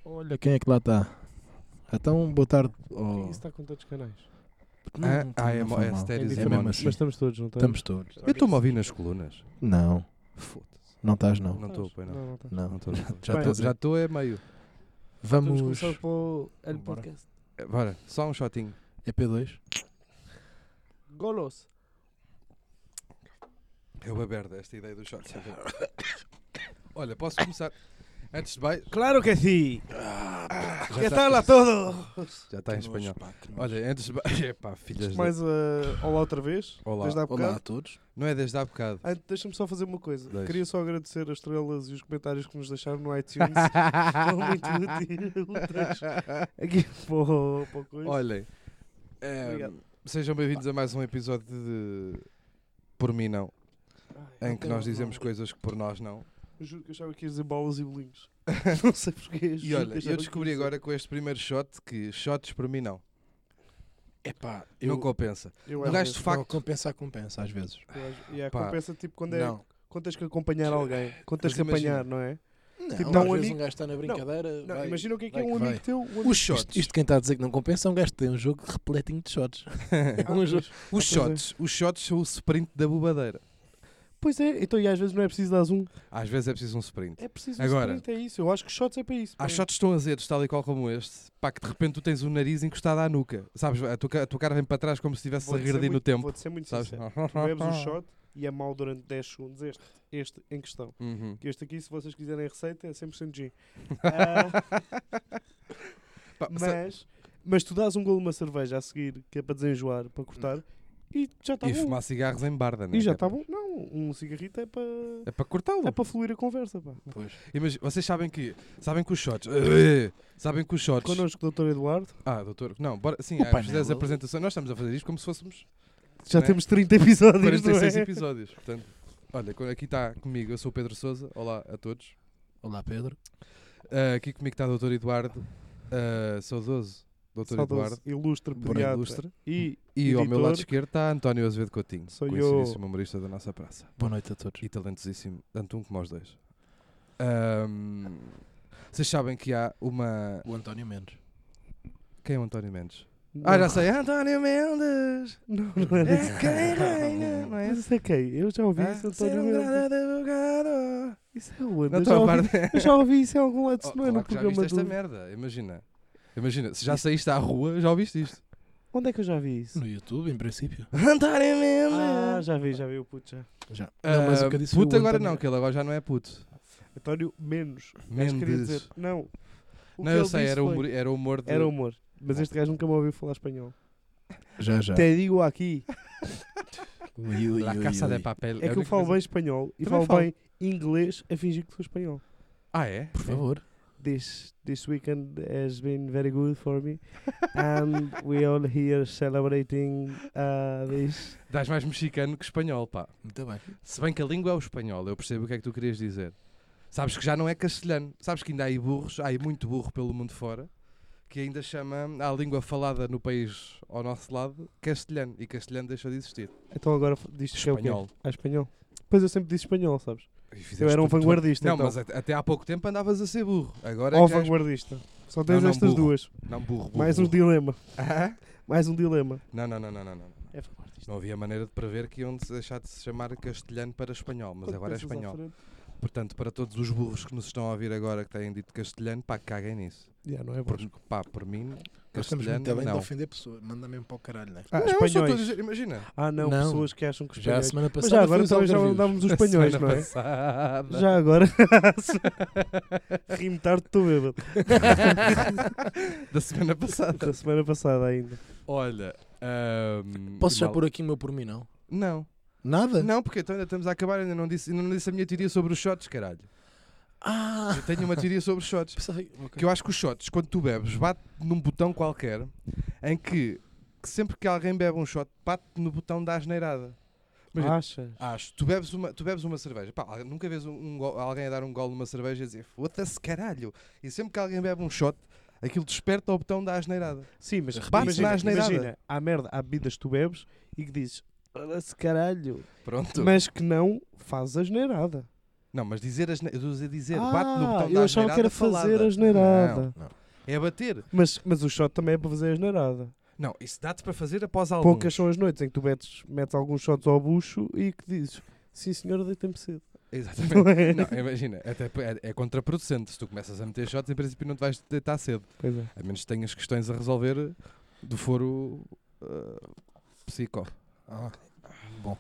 Olha quem é que lá está. Então, boa tarde. Isso está com tantos canais. Não É Stéreos diferente, mesmo mas assim. estamos todos, não Estamos todos. Eu estou-me a ouvir nas colunas. Não, Foda-se. não estás não. Não estou, pois não. Não estás. Não. Não estou. Já Bem, estou. Já estou é meio. Vamos Vamos. começar pelo L Bora. Podcast. Bora, só um shotinho. EP2. Golos. Eu beber desta ideia do shot. Olha, posso começar. Antes de mais. Claro que sim. Já Que está- tal a todos? Já está em Que nojo, espanhol. pá, que nojo. Olha, antes de mais. Epá, filhas de... Mais olá outra vez. Olá. Desde há Olá bocado. a todos. Não é desde há bocado. Deixa-me só fazer uma coisa. Deixa. Queria só agradecer as estrelas e os comentários que nos deixaram no iTunes. Foram muito úteis. Aqui para o coisa. Olhem, Obrigado. sejam bem-vindos a mais um episódio de Por Mim Não, Ai, em que nós dizemos coisas que por nós não. Juro que eu achava que ias dizer bolas e bolinhos. Não sei porquê. E olha, eu descobri agora com este primeiro shot que shots por mim não. Epá, Não compensa. Eu O às gajo vezes- de facto. compensa às vezes. Pá. compensa tipo quando Não. tens que acompanhar alguém. Quando tens Mas que imagina. apanhar, não é? Não, Tipo, às não, um vezes amigo- um gajo está na brincadeira. Não, vai- imagina o que é vai um que amigo vai. teu. Os shots. Isto quem está a dizer que não compensa é um gajo que tem um jogo repletinho de shots. Um jogo. Os shots são o sprint da bobadeira. Pois é, então e às vezes não é preciso dar zoom. Às vezes é preciso um sprint. É preciso Agora- um sprint, é isso. Eu acho que shots é para isso. Há pá. shots tão azedos, tal e qual como este, pá, que de repente tu tens o nariz encostado à nuca. Sabes, a tua cara vem para trás como se estivesse a Vou-te ser regredir no muito- tempo. Vou-te ser muito Sabes? sincero. Tu bebes o shot e é mau durante 10 segundos. Este em questão. Uhum. Que este aqui, se vocês quiserem a receita, é 100% gin. Ah, Pá, mas tu dás um golo uma cerveja a seguir, que é para desenjoar, para cortar, e já está e bom. fumar cigarros em barda, né? E já Que é está bom. Não, um cigarrito é para... É para cortá-lo. É para fluir a conversa, pá. Pois. Imagina, vocês sabem que os shots. Sabem que os shots. Connosco, Dr. Eduardo. Doutor. Não, bora. Sim, O painel. fizeres a apresentação. Nós estamos a fazer isto como se fôssemos Já Né? temos 30 episódios, 46 não é? episódios. Portanto, olha, aqui está comigo, eu sou o Pedro Sousa. Olá a todos. Olá Pedro. Aqui comigo está o Dr. Eduardo. Saudoso. Dr. Saudoso, Eduardo. ilustre, Bem pediatra. ilustre. E E ao meu lado editor. esquerdo está António Azevedo Coutinho. Sou eu. Conhecidíssimo humorista da nossa praça. Boa noite a todos. E talentosíssimo, tanto um como os dois. Vocês sabem que há uma... O António Mendes. Quem é o António Mendes? Não. Já sei. António Mendes. Não, não era isso. quem reina, não é? Mas isso é quem? Eu já ouvi isso, Ser António um Mendes. grande advogado. Isso é onde? Não Eu estou já a ouvi- par. eu já ouvi isso em algum lado, se não é no Claro que já programa viste esta do... merda. Imagina, se já saíste à rua, já ouviste isto. Onde é que eu já vi isso? No YouTube, em princípio. António Mendes. Já vi o puto já. Já. Não, mas o que eu disse foi puto o agora António- não, que ele agora já não é puto. António Menos. Mendes. Queria dizer, não. O Não, que eu ele sei, disse era foi- humor de... Era humor. Mas este gajo nunca me ouviu falar espanhol. Já. Te digo aqui. Ui, ui, La ui, Casa ui. de Papel. É que eu falo bem espanhol e Também falo falo. bem inglês a fingir que sou espanhol. É? Por favor. This weekend has been very good for me. And we all here celebrating this. Dás mais mexicano que espanhol, pá. Muito bem. Se bem que a língua é o espanhol, eu percebo o que é que tu querias dizer. Sabes que já não é castelhano. Sabes que ainda há aí burros, há aí muito burro pelo mundo fora, que ainda chama a língua falada no país ao nosso lado castelhano. E castelhano deixou de existir. Então agora diz que é o quê? Espanhol. Espanhol. Pois eu sempre disse espanhol, sabes? E fizeste Eu era um tudo- vanguardista, Não, então. mas até há pouco tempo andavas a ser burro. Agora é Ou que já és- vanguardista. Só tens Não, estas burro. duas. Não, burro. Mais um burro. dilema. Ah? Mais um dilema. Não. É vanguardista. Não havia maneira de prever que iam deixar de se chamar castelhano para espanhol, mas Quando agora é pensas à espanhol. frente- Portanto, para todos os burros que nos estão a ouvir agora que têm dito castelhano, pá, caguem nisso. Já, não é Por, bom. pá, por mim, Nós estamos castelhano, muito bem de não. ofender pessoas. Manda mesmo para o caralho, né? Ah, Não, eu só estou a espanhóis. dizer, imagina. Ah, não, Não. pessoas que acham que os Já a espanhóis... semana Mas passada já agora foi os também já algarvios. andávamos os espanhóis, Semana não é? passada. Já agora. Rimo tarde, estou bêbado. Da semana passada. Da semana passada ainda. Olha. Posso já mal- pôr aqui o meu por mim, não? Não. Nada? Não, porque então ainda estamos a acabar, ainda não disse a minha teoria sobre os shots, caralho. Ah! Eu tenho uma teoria sobre os shots. Pensava que- ok. Que eu acho que os shots, quando tu bebes, bate num botão qualquer, em que sempre que alguém bebe um shot, bate no botão da asneirada. Imagina, Achas? acho, tu bebes uma cerveja, pá, nunca vês alguém a dar um gole numa cerveja e dizer foda-se caralho. E sempre que alguém bebe um shot, aquilo desperta o botão da asneirada. Sim, mas Bate na asneirada. imagina, há bebidas que tu bebes e que dizes, olha-se caralho, Pronto. mas que não fazes asneirada. Não, mas dizer asneirada. Eu estou a dizer, bate no botão eu da achava que era fazer falada. a asneirada. Não. É bater. Mas o shot também é para fazer a asneirada. Não, isso dá-te para fazer após alguns. Poucas são as noites em que tu metes alguns shots ao bucho e que dizes, sim senhora, deita-me cedo. Exatamente. Não é? Não, imagina, até é contraproducente. Se tu começas a meter shots, em princípio não te vais deitar cedo. Pois é. A menos que tenhas questões a resolver do foro psico. Bom.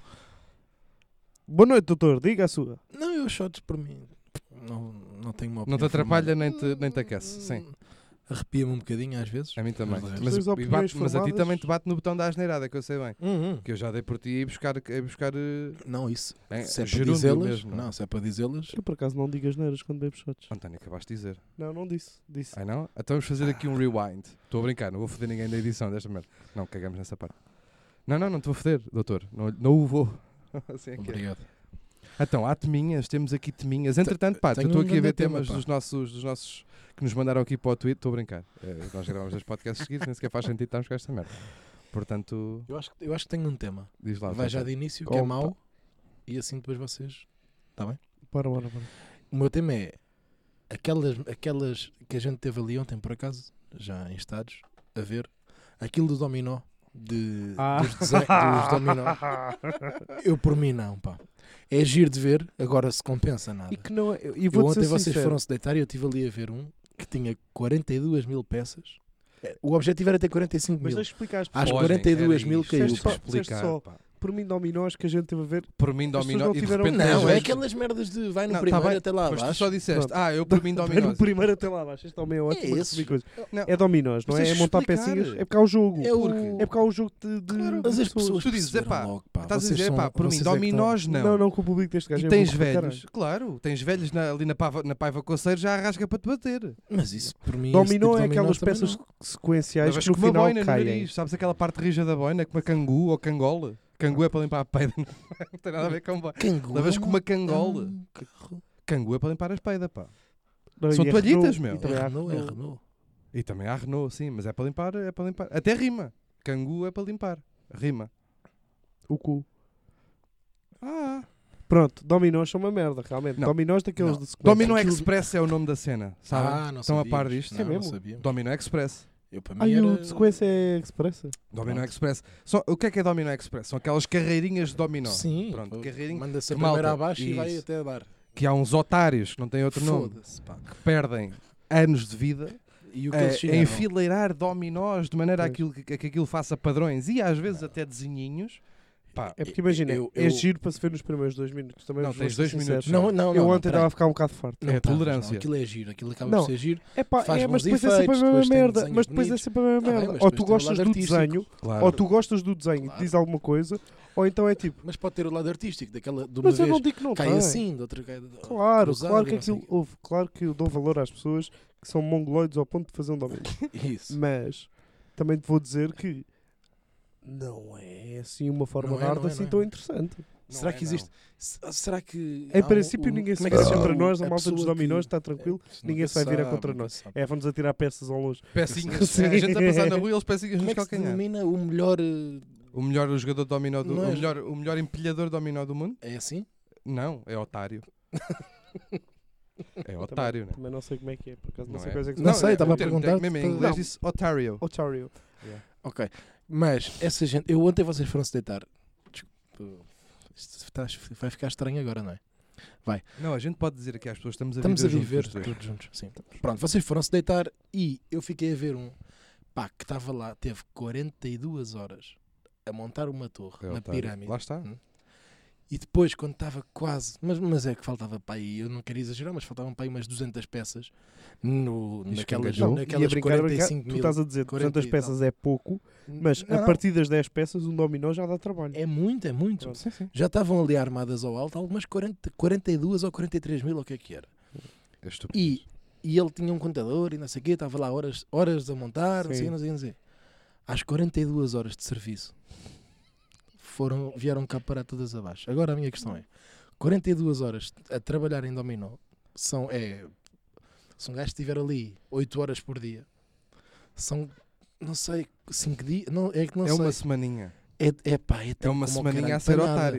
Boa noite, doutor. Diga a sua. Não, eu shots para mim. Não tenho uma Não te opinião atrapalha formada. nem te aquece. Sim, Arrepia-me um bocadinho às vezes. a mim também. Mas Mas, tens e opiniões mas a ti formadas? também te bate no botão da asneirada, que eu sei bem. Uhum. Que eu já dei por ti a buscar Não, isso. É, Se é para gerúndio dizê-las. mesmo, não é? Não, se é para dizê-las. Eu por acaso não digo asneiras quando bebo shots. António, acabaste de dizer. Não disse. Disse. Ai não? Então vamos fazer aqui um rewind. Estou a brincar, não vou foder ninguém da edição desta merda. Não, cagamos nessa parte. Não te vou foder, doutor. Não o vou. Assim é que é. Obrigado. Então, há teminhas, temos aqui teminhas. Entretanto, pá, eu tenho estou um aqui a ver grande tema, temas pá. dos nossos que nos mandaram aqui para o Twitter. Estou a brincar. Nós gravamos 2 podcasts seguidos, nem sequer faz sentido estarmos com esta merda. Portanto, Eu acho que tenho um tema. diz lá. Vai já Tata. de início, que é Opa. mau. E assim depois vocês. Está bem? Bora. O meu tema é aquelas que a gente teve ali ontem, por acaso, já em estados, a ver. Aquilo do dominó. Dos dominó. Eu por mim não, pá. É giro de ver, agora se compensa nada. E que não é. E Eu vou ontem dizer vocês sincero. foram-se deitar e eu estive ali a ver um que tinha 42 mil peças. O objetivo era ter 45 Mas mil. deixa eu explicar às Às pessoas. Olhem, 42 era mil isto. caiu. Disseste pá. só- disseste só. pá. Por mim, dominós que a gente teve a ver. Por mim, pessoas dominó não e de tiveram- repente Não, tens é velhos- aquelas merdas de vai no Não, tá primeiro bem, até lá Mas tu abaixo. só disseste, Pronto. eu por mim Vai dominó. no primeiro até lá abaixo. Este homem é ótimo a esses. receber coisas. Não. É dominós, não Mas é? tens É de montar explicar. pecinhas. É porque há o jogo. É É porque há o jogo de Claro. Mas as pessoas. pessoas Tu dizes, perceberam epá, logo, pá. Estás a Vocês dizer, são- pá, por mim, vocês é que estão- dominós não. Não, que o público deste gajo E é tens burro para velhos, caralho. claro, tens velhos ali na Paiva Coceiro já arrasca para te bater. Mas isso, por mim, esse Dominó tipo de é dominós aquelas também peças não. sequenciais Levas que no com uma final boina no caem. nariz, sabes aquela parte rija da boina, com uma cangu ou cangola? Cangu é para limpar a peida, não tem nada a ver com boina. Cangu Levas é com um- uma cangola. é um carro. Cangu é para limpar as peidas, pá. Não, São e é toalhitas, Renault, meu. e também É há Renault, é Renault. Renault. E também há Renault, sim, mas é para limpar. Até rima. Cangu é para limpar. Rima. O cu. Ah. Pronto, dominós são uma merda, realmente. Não. Dominós daqueles Não. de sequência. Domino aquilo- Express é o nome da cena, sabem? Ah, não Estão a sabia. par disto? Não, É não mesmo? sabia. Domino Express. Eu para mim Ai, era... o de sequência é expressa. Domino Pronto. Express. O que é Domino Express? São aquelas carreirinhas de dominó. Sim, Pronto, pô, carreirinho. manda-se a Que malta, primeira abaixo e vai isso. até dar. Que há uns otários, que não têm outro nome, Foda-se, pá. que perdem anos de vida E o que a eles fizeram? enfileirar dominós de maneira a Pois. que aquilo faça padrões e às vezes até desenhinhos. Pá, É porque imagina, eu- é giro para se ver nos primeiros 2 minutos. Também Não, vos vou tens ser 2 sincero. minutos. Não, Eu ontem peraí. estava a ficar um bocado farto. Não É estavas, tolerância. não. Aquilo é giro, aquilo acaba Não. por ser giro. É pá, Faz mas bons depois é sempre a efeitos, mesma depois tem merda. desenhos Mas depois é bonitos. sempre a mesma Tá bem, merda. mas Ou depois tu tem o gostas lado do artístico. desenho, claro. ou tu gostas do desenho, Claro. diz alguma coisa, ou então é tipo, Mas pode ter o lado artístico, daquela de uma mas eu vez não digo que não cai tem. assim, de outra cai Claro, cruzado claro e que não sei aquilo houve, claro que eu dou valor às pessoas que são mongoloides ao ponto de fazer um domínio. Isso. Mas também te vou dizer que não é assim uma forma Não de é, arte não é, assim não é. tão interessante. Não Será é, que não. existe? Será que. Em há princípio ninguém se como é vai que contra chama? nós, a A malta dos pessoa dominós que- está tranquilo, Nunca ninguém se vai virar sabe, contra nunca nós. sabe. É, vão-nos atirar peças ao longe. Pecinhas. Sim. A gente a passar na rua e eles pecinhas Como nos é que se calcanhares. denomina o melhor. O melhor jogador de dominó do Não é- o melhor empilhador de dominó do mundo? É assim? Não, é otário. É otário, né? Também não sei como é que é, por acaso não, Não sei é? quais é que Não são. sei, estava o a termo perguntar. Mesmo em inglês Não. disse otário. Otário. Ok. Mas essa gente. Eu ontem vocês foram-se deitar. Desculpa, isto vai ficar estranho agora, não é? Não, a gente pode dizer aqui às pessoas estamos a Estamos a viver viver juntos os dois. todos juntos. Sim. Pronto, vocês foram-se deitar e eu fiquei a ver um pá que estava lá, teve 42 horas a montar uma torre É na otário. pirâmide. Lá está. E depois, quando estava quase. Mas é que faltava para aí, eu não queria exagerar, mas faltavam para aí umas 200 peças naquelas, escangalhou. Não, naquelas ia brincar, 45 tu mil. estás a dizer 40 200 e peças é pouco, mas Não, a não. partir das 10 peças um dominó já dá trabalho. É muito, é muito. Pronto. Sim, sim. Já estavam ali armadas ao alto, algumas 42 ou 43 mil, ou o que é que era. É estúpido. E ele tinha um contador e não sei o quê, estava lá horas a montar, não sei, Sim. não sei, não sei. Às 42 horas de serviço, vieram cá parar todas abaixo. Agora a minha questão é, 42 horas a trabalhar em dominó, se um gajo estiver ali 8 horas por dia, são, não sei, 5 dias, não, é que não É sei. uma semaninha. É pá, é É tempo uma como o semaninha caralho a ser para nada. otário.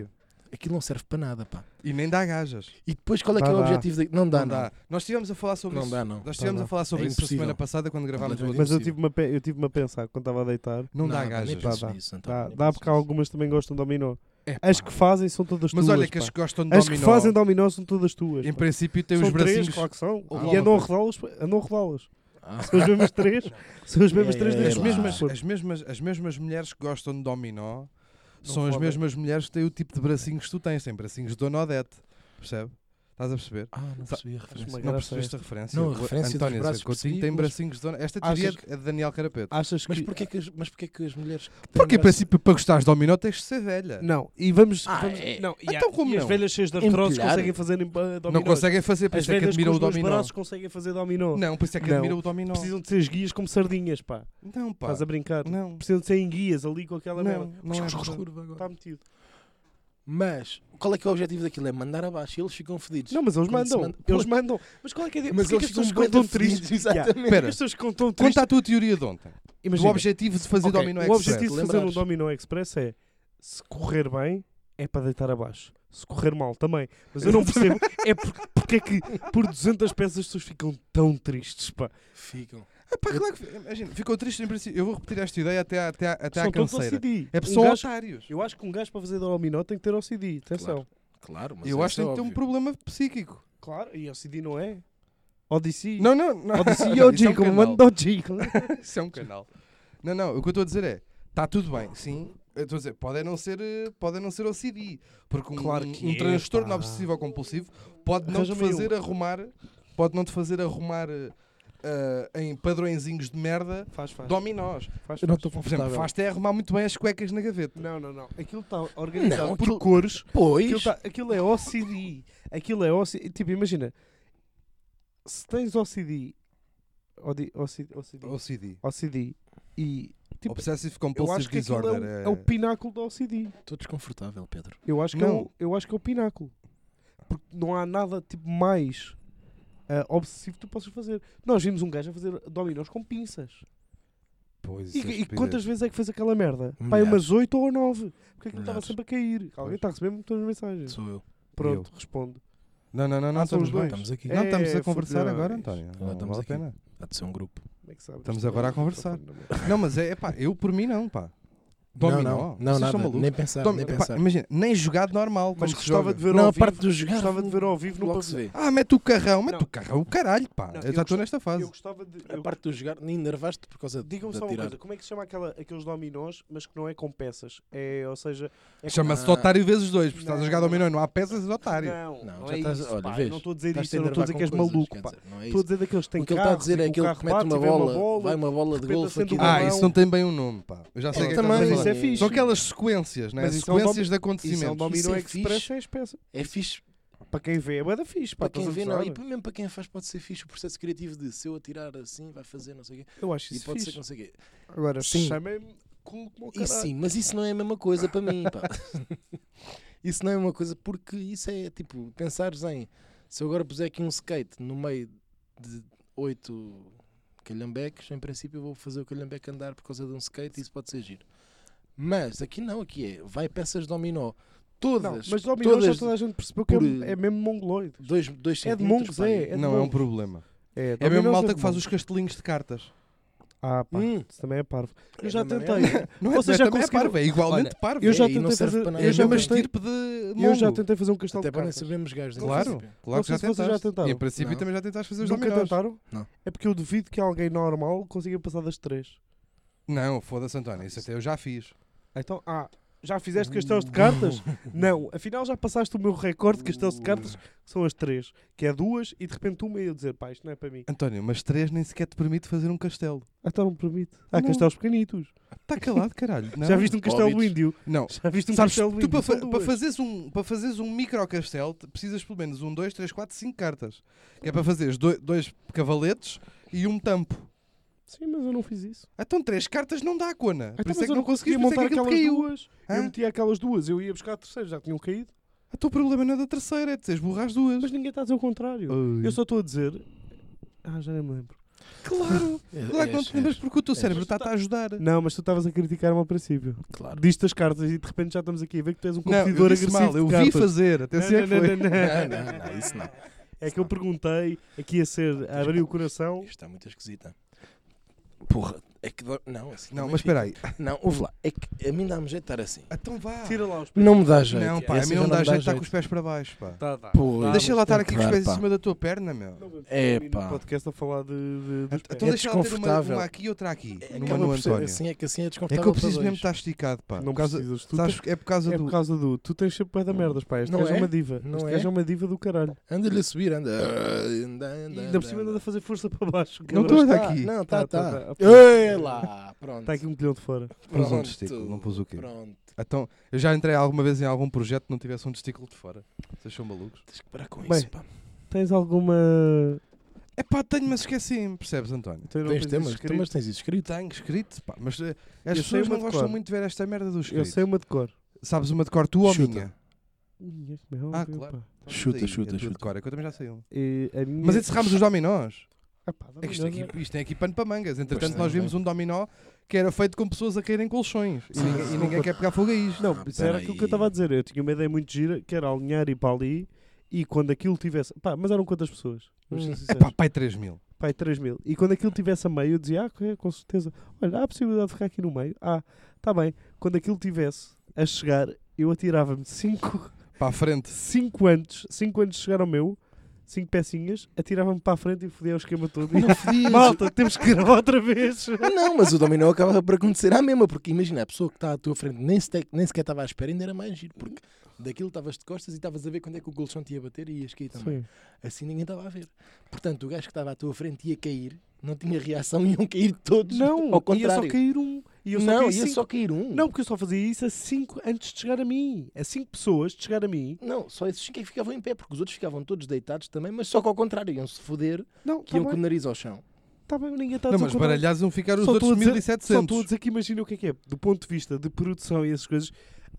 Aquilo não serve para nada, pá. E nem dá gajas. E depois qual é que é o objetivo? Não dá, não. Nós estivemos a falar sobre Não isso. dá, não. Nós estivemos a falar sobre É isso a impossível. semana passada quando gravámos o outro. Mas eu impossível. tive-me a pensar quando estava a deitar. Não dá Nada, gajas. nem penses Dá. nisso, António, nem Dá penses porque nisso. algumas também gostam de dominó. É, As pá. que fazem são todas Mas tuas. olha que pá. as que gostam de As que dominó, fazem dominó são todas tuas. em pá. princípio têm São os bracinhos... três, claro que são. Ou E andam a uma rodá-las. Ah. São as mesmas três. São as mesmas três É, desde lá. as mesmas mulheres que gostam de dominó são as fodem. mesmas mulheres que têm o tipo de bracinhos que tu tens. Têm bracinhos de Dona Odete. Percebe? Estás a perceber? Não percebi a referência. Uma Não graça percebeste a esta. referência? Não, a referência dos António braços Coutinho percebi, tem mas- bracinhos de Dona... Esta teoria Achas é de Daniel Carapeto. Achas Mas que... porquê que as mulheres... que têm Porque em braços- princípio para gostares de dominó tens de ser velha. Não, e vamos... é. Não, Então como e as não? velhas cheias de artrose Empilhar? conseguem fazer dominó. Não conseguem fazer, por As isso é que velhas admiram com o os dois dominó. braços conseguem fazer dominó. Não, por isso é que Não. admiram o dominó. Precisam de ser esguias como sardinhas, pá. Não, pá. Estás a brincar? Não. Precisam de ser enguias ali com aquela merda. Não, não é. Curva agora. Está metido. Mas, qual é que é o objetivo daquilo? É mandar abaixo e eles ficam fedidos. Não, mas eles Quando se mandam. manda- Eles mandam. Mas qual é que é a Mas Porquê eles que as pessoas ficam ficam tão bué fedidos, tristes? exatamente. Espera. As pessoas ficam tão tristes. Conta a tua teoria de ontem. Imagina, O objetivo de fazer ok, dominó o express. objetivo de fazer um Lembrares. dominó express é se correr bem, é para deitar abaixo. Se correr mal também. Mas eu não percebo é porque é que por 200 peças as pessoas ficam tão tristes, pá. Ficam. Pá, claro que, imagina, ficou triste em princípio. Eu vou repetir esta ideia até à São todos canseira. OCD. É Um são gajo- otários. Eu acho que um gajo para fazer dominó tem que ter OCD. Atenção. Claro, mas Eu acho que isso tem que ter um óbvio. problema psíquico. Claro, e OCD não é? Odyssey. Não. Odyssey Isso é um OG, como canal. mando Doji. Isso é um canal. Não, o que eu estou a dizer é, está tudo bem, sim. Eu estou a dizer, podem não ser OCD, porque Claro que um é, transtorno pá. obsessivo ou compulsivo pode não te Arranja-me fazer arrumar em padrõezinhos de merda Faz. dominós. Faz. Eu não estou Por exemplo, confortável. faz-te é arrumar muito bem as cuecas na gaveta. Não. Aquilo está organizado Não, por aquilo- cores. Pois, Aquilo é OCD. Aquilo é OCD. Tipo, imagina. Se tens OCD OCD. e tipo, Obsessive eu Compulsive acho que aquilo Disorder. é o pináculo da OCD. estou desconfortável, Pedro. Eu acho que Não. eu acho que é o pináculo. Porque não há nada tipo mais obsessivo que tu possas fazer. Nós vimos um gajo a fazer dominós com pinças. Pois, E, isso é e estupidez. quantas vezes é que fez aquela merda? Milhares. Pai, umas 8 ou 9. Porque aquilo estava Milhares. sempre a cair. Alguém está a receber muitas mensagens. Sou eu. Pronto, responde. Não, Ah, são estamos os bem. dois. Estamos aqui. Não, estamos a É, conversar fudeu. agora, António. Agora Não estamos vale a aqui. pena. Há de ser um grupo. Como é que sabes? Estamos agora a conversar. Não, mas eu por mim não, pá. Não, Dominó? não, Vocês são nada. malucos? Nem pensar, Domi- nem pá, pensar. imagina, nem jogado normal. Mas como se gostava joga. de ver Não, ao a parte vivo. de jogar. Gostava de ver ao vivo no logo se pavimento. vê. Mete o carrão, Não. o carrão, o caralho, pá. Não, eu já estou nesta fase. Eu gostava de. A parte do jogar, nem nervaste por causa de Digam-me de só uma atirar. coisa, como é que se chama aqueles dominós, mas que não é com peças? Ou seja, é Chama-se Ah. otário vezes 2, porque estás a jogar Não, dominó e não há peças, és com... otário. Não, Não, não já é estás- isso, olha, pá. vês, Eu não estou a dizer Estás-te isso, eu não estou a dizer que és enervar com maluco, coisas, pá. quer dizer, não é Estou a isso. dizer daqueles que têm O que ele está a carros dizer e é que o aquele carro que mete bate uma e vem bola, vai uma bola de repente golfe acende aqui. uma Ah, mão. isso não tem bem um nome, pá. Eu já sei o que é que também, estás a mas falar. isso é fixe. São aquelas sequências, né? Mas isso é um Sequências de Isso é um acontecimentos. dominó Isso é express fixe. sem peças. É fixe Para quem vê é bué da fixe, pá. para quem estás a vê, não. gozar? E mesmo para quem faz pode ser fixe o processo criativo de se eu atirar assim, vai fazer não sei o quê. Eu acho E isso pode ser fixe. que não sei o quê. Agora, Sim. chamem-me cool como o Isso caralho. sim, mas isso não é a mesma coisa para mim, pá. Isso não é uma coisa, porque isso é tipo, pensares em, se eu agora puser aqui um skate no meio de 8 calhambeques, em princípio eu vou fazer o calhambeque andar por causa de um skate e isso pode ser giro. Mas aqui não, aqui é, vai peças de dominó, Não, todas, mas dominó já todas toda a gente percebeu que por- é mesmo mongoloide. 2 É de mongos, é de Não é um mongos. problema. É, É mesmo dominós malta de que faz mongos. os castelinhos de cartas. Ah, pá, Hum. isso também é parvo. Eu É já da tentei. maneira. Não Vocês já também conseguiram- parvo, é igualmente Olha, parvo. Eu já e não tentei serve fazer- para nada. É eu a já mesma tentei- estirpe de Eu já mongo. tentei fazer um castelo Até de podem cartas. ser os mesmos gajos. em Claro, princípio. claro Não que sei já se vocês já tentaste. tentaram. E em princípio Não. também já tentaste fazer os Nunca dominós. tentaram? Não. É porque eu duvido que alguém normal consiga passar das 3. Não, foda-se, António, isso até eu já fiz. Então, já fizeste castelos de cartas? Não, afinal já passaste o meu recorde de castelos de cartas, que são as 3, que é 2 e de repente uma e eu dizer, pá, isto não é para mim. António, mas 3 nem sequer te permite fazer um castelo. Então não me permite. Há Não. castelos pequenitos. Está calado, caralho. Não. Já viste um castelo do Hobbits. índio? Não. Já viste um Sabes, castelo do tu índio? São para duas. fazeres um microcastelo precisas pelo menos 1, 2, 3, 4, 5 cartas. Que é para fazeres 2 cavaletes e um tampo. Sim, mas eu não fiz isso. Então 3 cartas não dá, Cona. Por Então, isso mas é que eu não não conseguia conseguiste, por isso é montar que aquilo aquelas caiu. duas. Eu Hã? metia aquelas duas, eu ia buscar a terceira, já tinham caído. O teu problema não é da terceira, é de teres burrar as duas. Mas ninguém está a dizer o contrário. Ai. Eu só estou a dizer... já nem me lembro. Claro que não te lembras porque o teu cérebro está-te a ajudar. Não, mas tu estavas a criticar-me ao princípio. Claro. Diste as cartas e de repente já estamos aqui a ver que tu és um Não, competidor eu disse agressivo. mal, eu de vi cartas. fazer, atenção que foi. Não, isso não. É que eu perguntei, aqui a abrir o coração. Isto está muito esquisita. Porra, é que... Não, assim Não, também mas espera aí. fica. Não, ouve lá. É que a mim dá-me jeito de estar assim. Então vá. Tira lá os Não me dá jeito. Não, pá, a Essa mim já não dá me jeito de estar com os pés para baixo, pá. Tá. Pô, Deixa lá estar aqui com os claro, pés pá. em cima da tua perna, meu. É, no pá. podcast a falar de Então É deixa lá ter desconfortável. uma aqui e outra aqui. É, Numa acaba no por ser António. assim, é que assim é É desconfortável. que eu preciso para mesmo dois. estar esticado, pá. Não Por causa- precisas. Tu sabes, é por causa é do... por causa do... Tu tens sempre pé da merdas, pá. Este Não gajo é é? uma diva. Não Este é? gajo é uma diva do caralho. Anda-lhe a subir, anda. E ainda por cima anda a fazer força para baixo. Não cabrão. estou a dar Tá, aqui. Não, Tá, tá. tá. Ei lá, pronto. Está aqui um pilhão de fora. Pus um Pronto. testículo, não pus o quê? Pronto. Então, eu já entrei alguma vez em algum projeto que não tivesse um testículo de fora. Vocês são malucos? Tens que parar com Bem, isso, pá. Tens alguma... É pá, tenho, mas esqueci-me, percebes, António? Tu não Tens tens temas, escrito? mas tens isso escrito. Tenho escrito, pá, mas as sei pessoas uma não de gostam cor. muito de ver esta merda dos Eu escritos. sei uma de cor. Sabes uma de cor tu ou Chuta. minha? Ah, claro. Chuta, Daí, chuta, é tua de chuta. cor, é que eu também já sei uma. A minha... Mas encerramos os dominós. Ah, pá, É que dominó, isto tem aqui pano para mangas. Entretanto, Pois nós tem, vimos um dominó que era feito com pessoas a caírem colchões. E ninguém quer pegar fogo a isto. Não, Ah, isso era aquilo que eu estava a dizer. Eu tinha uma ideia muito gira, que era alinhar e ir para ali, e quando aquilo tivesse... Pá, mas eram quantas pessoas? Vamos ser É sinceros. pá, pai 3 mil. Pai, 3 mil. E quando aquilo tivesse a meio, eu dizia, ok, com certeza. Olha, há a possibilidade de ficar aqui no meio? Ah, está bem. Quando aquilo tivesse a chegar, eu atirava-me 5 Para a frente. antes de chegar ao meu, 5 pecinhas, atirava-me para a frente e fodia o esquema todo. Não fodias. Malta, temos que gravar outra vez. Não, mas o dominó acaba por acontecer à mesma, porque imagina, a pessoa que está à tua frente nem sequer estava à espera, ainda era mais giro, porque daquilo estavas de costas e estavas a ver quando é que o colchão te ia bater e ias cair também. Sim. Assim ninguém estava a ver. Portanto, o gajo que estava à tua frente ia cair, não tinha reação, iam cair todos. Não, ao contrário. ia só cair um. E eu só Não, caí ia cinco. só cair um. Não, porque eu só fazia isso a 5 antes de chegar a mim. A 5 pessoas de chegar a mim. Não, só esses 5 é que ficavam em pé, porque os outros ficavam todos deitados também, mas só que ao contrário, iam-se foder, Não, que tá iam com o bem, nariz ao chão. tá bem, ninguém está a Não, dizer mas o contrário. baralhados vão ficar os Só outros estou a dizer- 1700. Só estou a dizer que imagina o que é. Do ponto de vista de produção e essas coisas.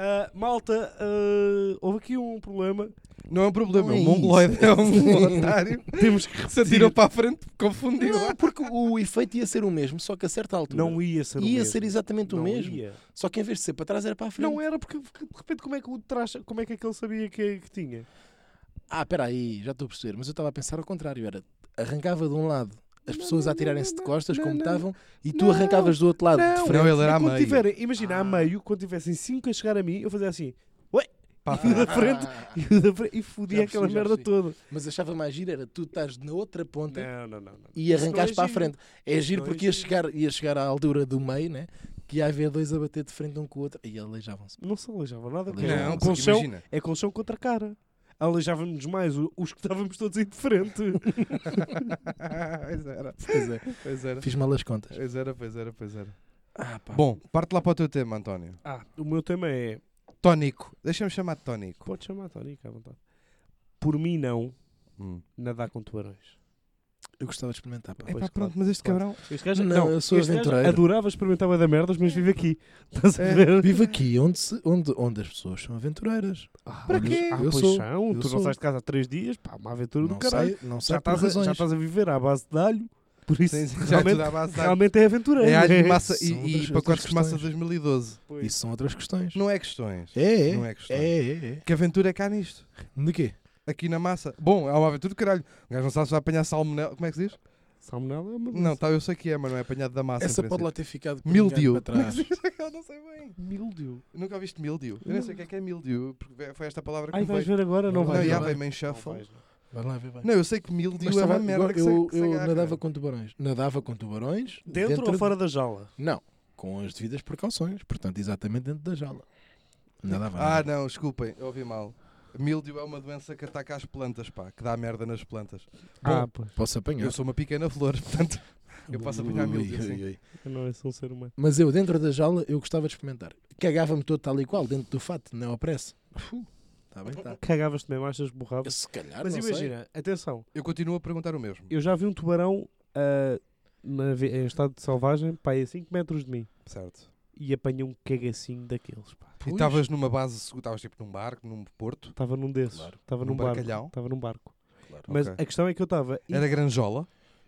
Malta, houve aqui um problema. Não é um problema, Não é é um mongoloide, isso. é um otário. Temos que Se atirou para a frente, confundiu. Não, porque o efeito ia ser o mesmo, só que a certa altura Não ia ser o ia mesmo. ser exatamente Não o mesmo. ia. Só que em vez de ser para trás era para a frente. Não era porque de repente como é que o de trás, como é que aquele sabia que tinha? Ah, espera aí, já estou a perceber. Mas eu estava a pensar ao contrário. Era, arrancava de um lado as pessoas a atirarem-se de costas não, como não. estavam e tu Não. arrancavas do outro lado de Não. frente. Não, ele era É a quando meio. tiverem, imagina, a meio, quando tivessem 5 a chegar a mim, eu fazia assim, Para a e o frente. da frente, e o da frente, e fodia Já aquela percebi, já merda percebi. toda. Mas achava mais giro era tu estás na outra ponta Não. e Isso arrancares não é para a giro. frente. É giro não é porque ia giro. chegar à altura do meio, né? Que ia haver dois a bater de frente um com o outro e aleijavam-se. Não se aleijava nada. Não, Não, porque colchão, imagina. é colchão contra a cara. Aleijávamos mais os que estávamos todos aí de frente. Pois era. Pois é, Pois era. fiz mal as contas. Pois era. Ah, pá. Bom, parte lá para o teu tema, António. O meu tema é... Tónico. Deixa-me chamar de tónico. Pode chamar, Tony, à vontade. Por mim não, nadar com tubarões. Eu gostava de experimentar. Pá. É pá, Pois, pronto, mas este claro. cabrão... Este gajo, Não, eu sou este gajo aventureiro. adorava experimentar bué da merdas, mas vive aqui. Estás a É, ver? Vivo aqui onde as pessoas são aventureiras. Para quê? Ah, Eu pois sou, são. eu Tu sou. não sais de casa há 3 dias. Pá, uma aventura do Não caralho. sei, não Já sei por estás, razões. já estás a viver à base de alho. Por isso, Sim, sim, já é realmente, tudo à base de alho. realmente é aventureiro. É alho e né? massa São e outras pacotes de massa questões. 2012. Pois. Isso são outras questões. Não é questões. É, Não é questões. é. Que aventura é cá nisto? De quê? Aqui na massa. Bom, é uma aventura de caralho. O gajo não sabe se vai apanhar salmonela. Como é que se diz? Salmonela é uma Não, tá, eu sei que é, mas não é apanhado da massa. Essa em pode lá princípio. ter ficado com Mildiu. para trás. Eu não sei bem. mildio. Nunca ouviste mildiu? Eu nem sei o que é mildiu, porque foi esta palavra que Ai, me vais veio. ver agora? Não Não, vais. Não, já vai. vem-me em shuffle. vais. Vai lá ver bem. Não, eu sei que mildiu Mas é uma estava- merda que eu, se eu agarra. nadava com tubarões. Nadava com tubarões. Dentro ou fora da jaula? Não, com as devidas precauções. Portanto, exatamente dentro da jaula. Nadava. Ah, não, desculpem, eu ouvi mal. Mildiu é uma doença que ataca as plantas, pá, que dá merda nas plantas. Bom, Pois. Posso apanhar. eu sou uma pequena flor, portanto, eu posso apanhar Ui, mildiu, ui, sim. ui. Não é só um ser humano. Mas eu, dentro da jaula, eu gostava de experimentar. Cagava-me todo tal e qual, dentro do fato, não opresse. Está bem, está. Cagavas-te mesmo, achas borrava? Se calhar, Mas não sei. imagina, atenção, Eu continuo a perguntar o mesmo. eu já vi um tubarão em estado de selvagem, pá, a 5 metros de mim. Certo. E apanhei um cagacinho daqueles, pá. E estavas numa base, estavas tipo num barco, num porto? Estava num desses. Claro. Estava Num num barco. barcalhão? Estava num barco. Claro. Mas Ok. a questão é que eu estava... Era granjola?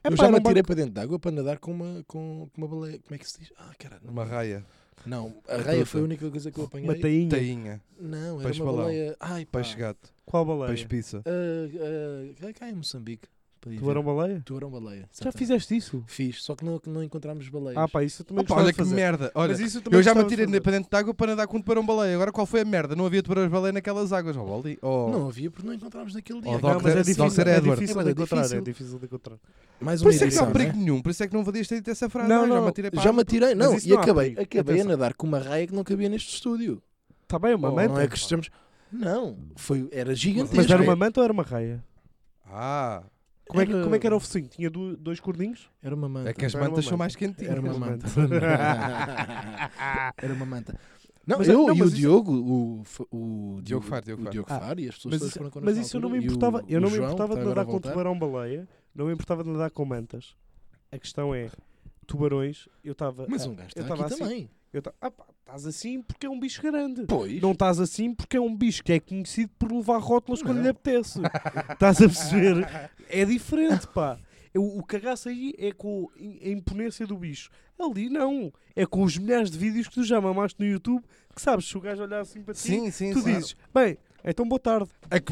Eu já me atirei para dentro de água para nadar com uma baleia. Como é que se diz? Caralho. Uma raia. Não, a raia foi a única coisa que eu apanhei. Uma tainha. Tainha. Não, era Peixe uma balão. baleia. Ai, pá. Peixe gato. Qual baleia? Peixe pizza. Cá em Moçambique. Tubarão-baleia? Tubarão-baleia. Já fizeste isso? Fiz, só que não encontramos baleias. Pá, isso eu também Opa, gostava olha de que fazer. merda. Olha, Mas isso eu também eu já me gostava de atirei fazer. para dentro de água para nadar com um tubarão-baleia. Agora qual foi a merda? Não havia tubarões-baleia naquelas águas. Não havia porque não encontramos naquele dia. Oh, Não, mas é difícil, Dr. é Edward. difícil É de bué encontrar. difícil. É difícil de encontrar. Mais Por uma isso é que não há edição, perigo né? nenhum. Por isso é que não vadias ter dito essa frase. Não, já não, me atirei para Já me atirei, não, isso e não há acabei perigo. a Atenção. nadar com uma raia que não cabia neste estúdio. Está bem, uma manta? Não é que estejamos. Não, era gigantesco. Mas era uma manta ou era uma raia? Ah, Como é que era o focinho? Tinha dois corninhos? Era uma manta. é que as Era uma mantas são manta. mais quentinhas. Era uma Uma manta. Era uma manta. Não, Mas- eu não, e mas o isso- Diogo, o Diogo Faro, o Diogo Ah, Faro e as pessoas Mas, todas foram connosco mas na isso eu não me altura, e importava. Eu o não me João, importava que de está nadar agora a com voltar. tubarão-baleia. Não me importava de nadar com mantas. A questão é, tubarões, eu estava... Mas um gajo eu está estava aqui assim. também. Estás assim porque é um bicho grande. Pois. Não estás assim porque é um bicho que é conhecido por levar rótulas quando Não. lhe apetece. Estás a perceber? É diferente, pá. O cagaço aí é com a imponência do bicho. Ali não. É com os milhares de vídeos que tu já mamaste no YouTube que sabes, se o gajo olhar assim para ti, Sim, sim, tu sim. dizes, bem, então boa tarde.